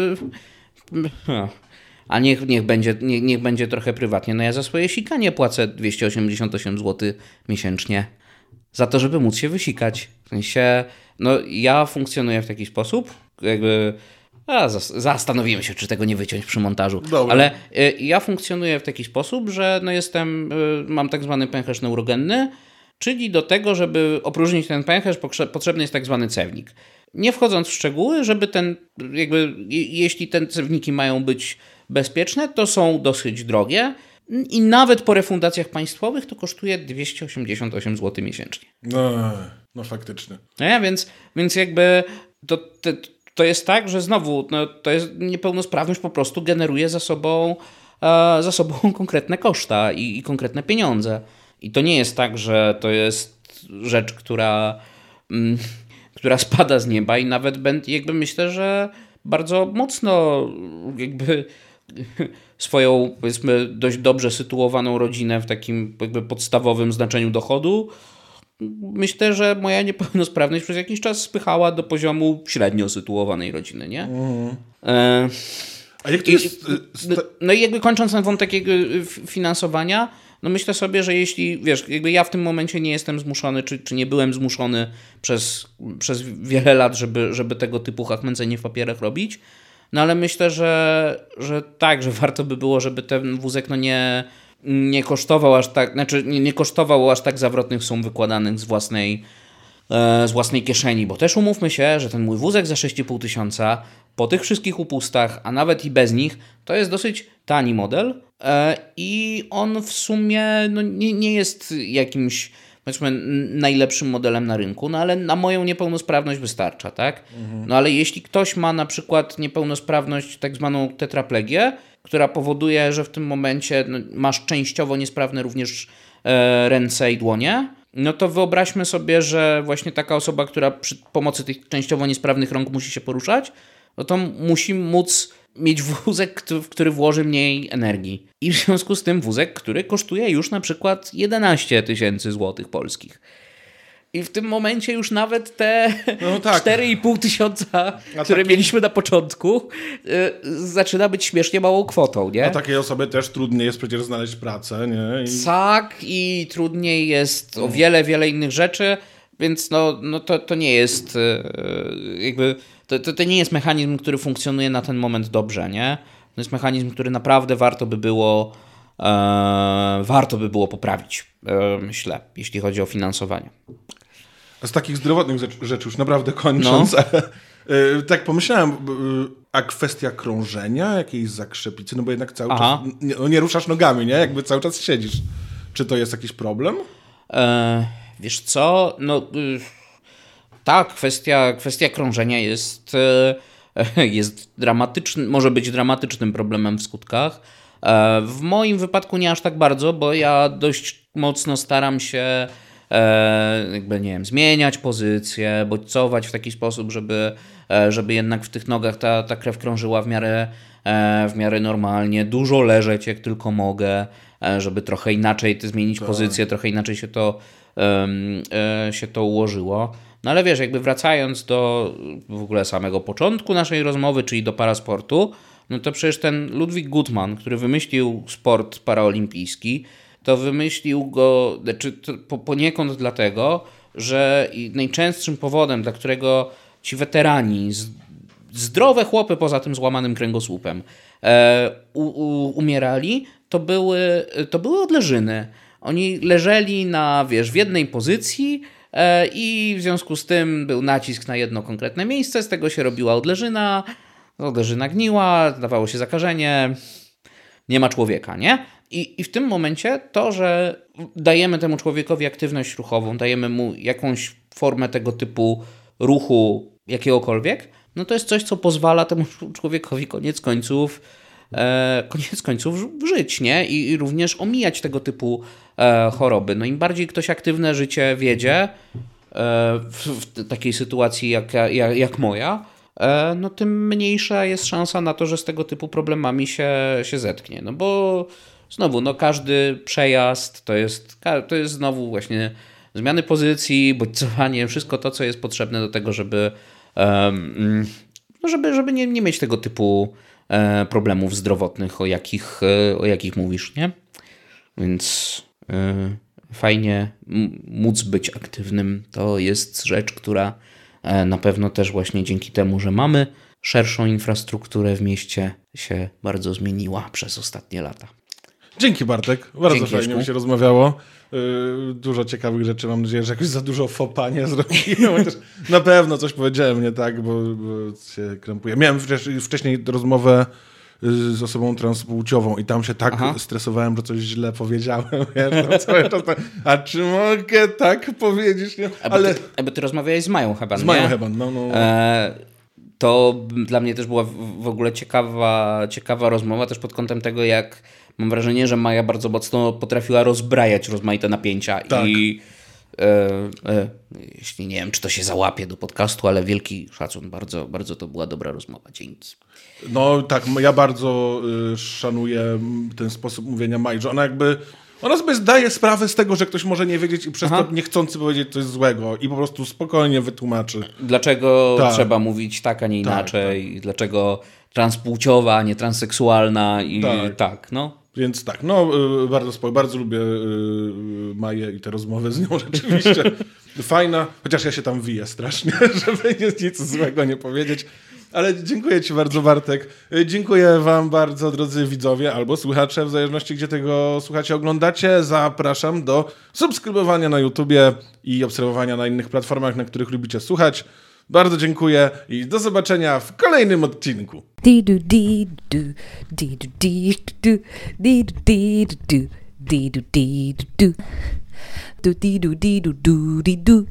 a niech będzie trochę prywatnie. No ja za swoje sikanie płacę 288 zł miesięcznie. Za to, żeby móc się wysikać. W sensie, no ja funkcjonuję w taki sposób, jakby zastanowimy się, czy tego nie wyciąć przy montażu. Dobra. Ale ja funkcjonuję w taki sposób, że no mam tak zwany pęcherz neurogenny, czyli do tego, żeby opróżnić ten pęcherz, potrzebny jest tak zwany cewnik. Nie wchodząc w szczegóły, żeby jeśli te cewniki mają być bezpieczne, to są dosyć drogie i nawet po refundacjach państwowych to kosztuje 288 zł miesięcznie. No faktycznie. Więc jakby to jest tak, że znowu to jest niepełnosprawność po prostu generuje za sobą konkretne koszta i konkretne pieniądze. I to nie jest tak, że to jest rzecz, która spada z nieba i nawet jakby myślę, że bardzo mocno jakby swoją, powiedzmy, dość dobrze sytuowaną rodzinę w takim jakby podstawowym znaczeniu dochodu, myślę, że moja niepełnosprawność przez jakiś czas spychała do poziomu średnio sytuowanej rodziny, nie? A jak to jest? No i jakby kończąc ten wątek finansowania, no myślę sobie, że jeśli, wiesz, jakby ja w tym momencie nie jestem zmuszony, czy nie byłem zmuszony przez wiele lat, żeby tego typu chachmęcenie w papierach robić, no ale myślę, że tak, że warto by było, żeby ten wózek nie kosztował aż tak, znaczy nie kosztował aż tak zawrotnych sum wykładanych z własnej kieszeni, bo też umówmy się, że ten mój wózek za 6,5 tysiąca po tych wszystkich upustach, a nawet i bez nich, to jest dosyć tani model i on w sumie nie jest jakimś, powiedzmy, najlepszym modelem na rynku, no ale na moją niepełnosprawność wystarcza, tak? No ale jeśli ktoś ma na przykład niepełnosprawność, tak zwaną tetraplegię, która powoduje, że w tym momencie masz częściowo niesprawne również ręce i dłonie, no to wyobraźmy sobie, że właśnie taka osoba, która przy pomocy tych częściowo niesprawnych rąk musi się poruszać, no to musi móc mieć wózek, w który włoży mniej energii. I w związku z tym wózek, który kosztuje już na przykład 11 tysięcy złotych polskich. I w tym momencie już nawet te No tak. 4,5 tysiąca, które mieliśmy na początku, zaczyna być śmiesznie małą kwotą, nie? A takiej osobie też trudniej jest przecież znaleźć pracę, nie? Tak, i trudniej jest o wiele, wiele innych rzeczy, więc to nie jest jakby... To nie jest mechanizm, który funkcjonuje na ten moment dobrze, nie? To jest mechanizm, który naprawdę warto by było poprawić, myślę, jeśli chodzi o finansowanie. A z takich zdrowotnych rzeczy już naprawdę kończąc, tak pomyślałem, a kwestia krążenia, jakiejś zakrzepicy, no bo jednak cały czas nie ruszasz nogami, nie? Jakby cały czas siedzisz. Czy to jest jakiś problem? Wiesz co, tak, kwestia krążenia jest dramatyczny, może być dramatycznym problemem w skutkach. W moim wypadku nie aż tak bardzo, bo ja dość mocno staram się zmieniać pozycję, bodźcować w taki sposób, żeby jednak w tych nogach ta krew krążyła w miarę normalnie, dużo leżeć jak tylko mogę, żeby trochę inaczej zmienić pozycję, trochę inaczej się to ułożyło. No ale wiesz, jakby wracając do w ogóle samego początku naszej rozmowy, czyli do parasportu, no to przecież ten Ludwig Guttmann, który wymyślił sport paraolimpijski, to wymyślił go poniekąd dlatego, że najczęstszym powodem, dla którego ci weterani, zdrowe chłopy poza tym złamanym kręgosłupem, umierali, to były odleżyny. Oni leżeli w jednej pozycji i w związku z tym był nacisk na jedno konkretne miejsce, z tego się robiła odleżyna gniła, dawało się zakażenie, nie ma człowieka, nie? I w tym momencie to, że dajemy temu człowiekowi aktywność ruchową, dajemy mu jakąś formę tego typu ruchu jakiegokolwiek, no to jest coś, co pozwala temu człowiekowi koniec końców żyć, nie? I również omijać tego typu choroby. No im bardziej ktoś aktywne życie wiedzie w takiej sytuacji jak moja, no tym mniejsza jest szansa na to, że z tego typu problemami się zetknie. No bo znowu, każdy przejazd to jest znowu właśnie zmiany pozycji, bodźcowanie, wszystko to, co jest potrzebne do tego, żeby nie mieć tego typu problemów zdrowotnych, o jakich mówisz, nie? Więc fajnie móc być aktywnym. To jest rzecz, która na pewno też właśnie dzięki temu, że mamy szerszą infrastrukturę w mieście, się bardzo zmieniła przez ostatnie lata. Dzięki, Bartek. Bardzo Dzięki, fajnie mi się rozmawiało. Dużo ciekawych rzeczy. Mam nadzieję, że jakoś za dużo fopa nie zrobiłem. Chociaż na pewno coś powiedziałem nie tak, bo się krępuję. Miałem wcześniej rozmowę z osobą transpłciową i tam się tak stresowałem, że coś źle powiedziałem. Wiesz, cały czas tak, a czy mogę tak powiedzieć? Nie? Bo ty rozmawiałeś z Mają Heban, z Mają Heban, no. To dla mnie też była w ogóle ciekawa rozmowa, też pod kątem tego, jak mam wrażenie, że Maja bardzo mocno potrafiła rozbrajać rozmaite napięcia. Tak. I jeśli nie wiem, czy to się załapie do podcastu, ale wielki szacun, bardzo, bardzo to była dobra rozmowa. Dzięki. No tak, ja bardzo szanuję ten sposób mówienia Mai, że ona sobie zdaje sprawę z tego, że ktoś może nie wiedzieć i przez to niechcący powiedzieć coś złego i po prostu spokojnie wytłumaczy. Dlaczego trzeba mówić tak, a nie inaczej, dlaczego transpłciowa, a nie transseksualna i no. Więc tak, bardzo lubię Maję i te rozmowy z nią rzeczywiście. Fajna, chociaż ja się tam wiję strasznie, żeby nic złego nie powiedzieć. Ale dziękuję ci bardzo, Bartek. Dziękuję wam bardzo, drodzy widzowie albo słuchacze, w zależności gdzie tego słuchacie, oglądacie. Zapraszam do subskrybowania na YouTubie i obserwowania na innych platformach, na których lubicie słuchać. Bardzo dziękuję i do zobaczenia w kolejnym odcinku.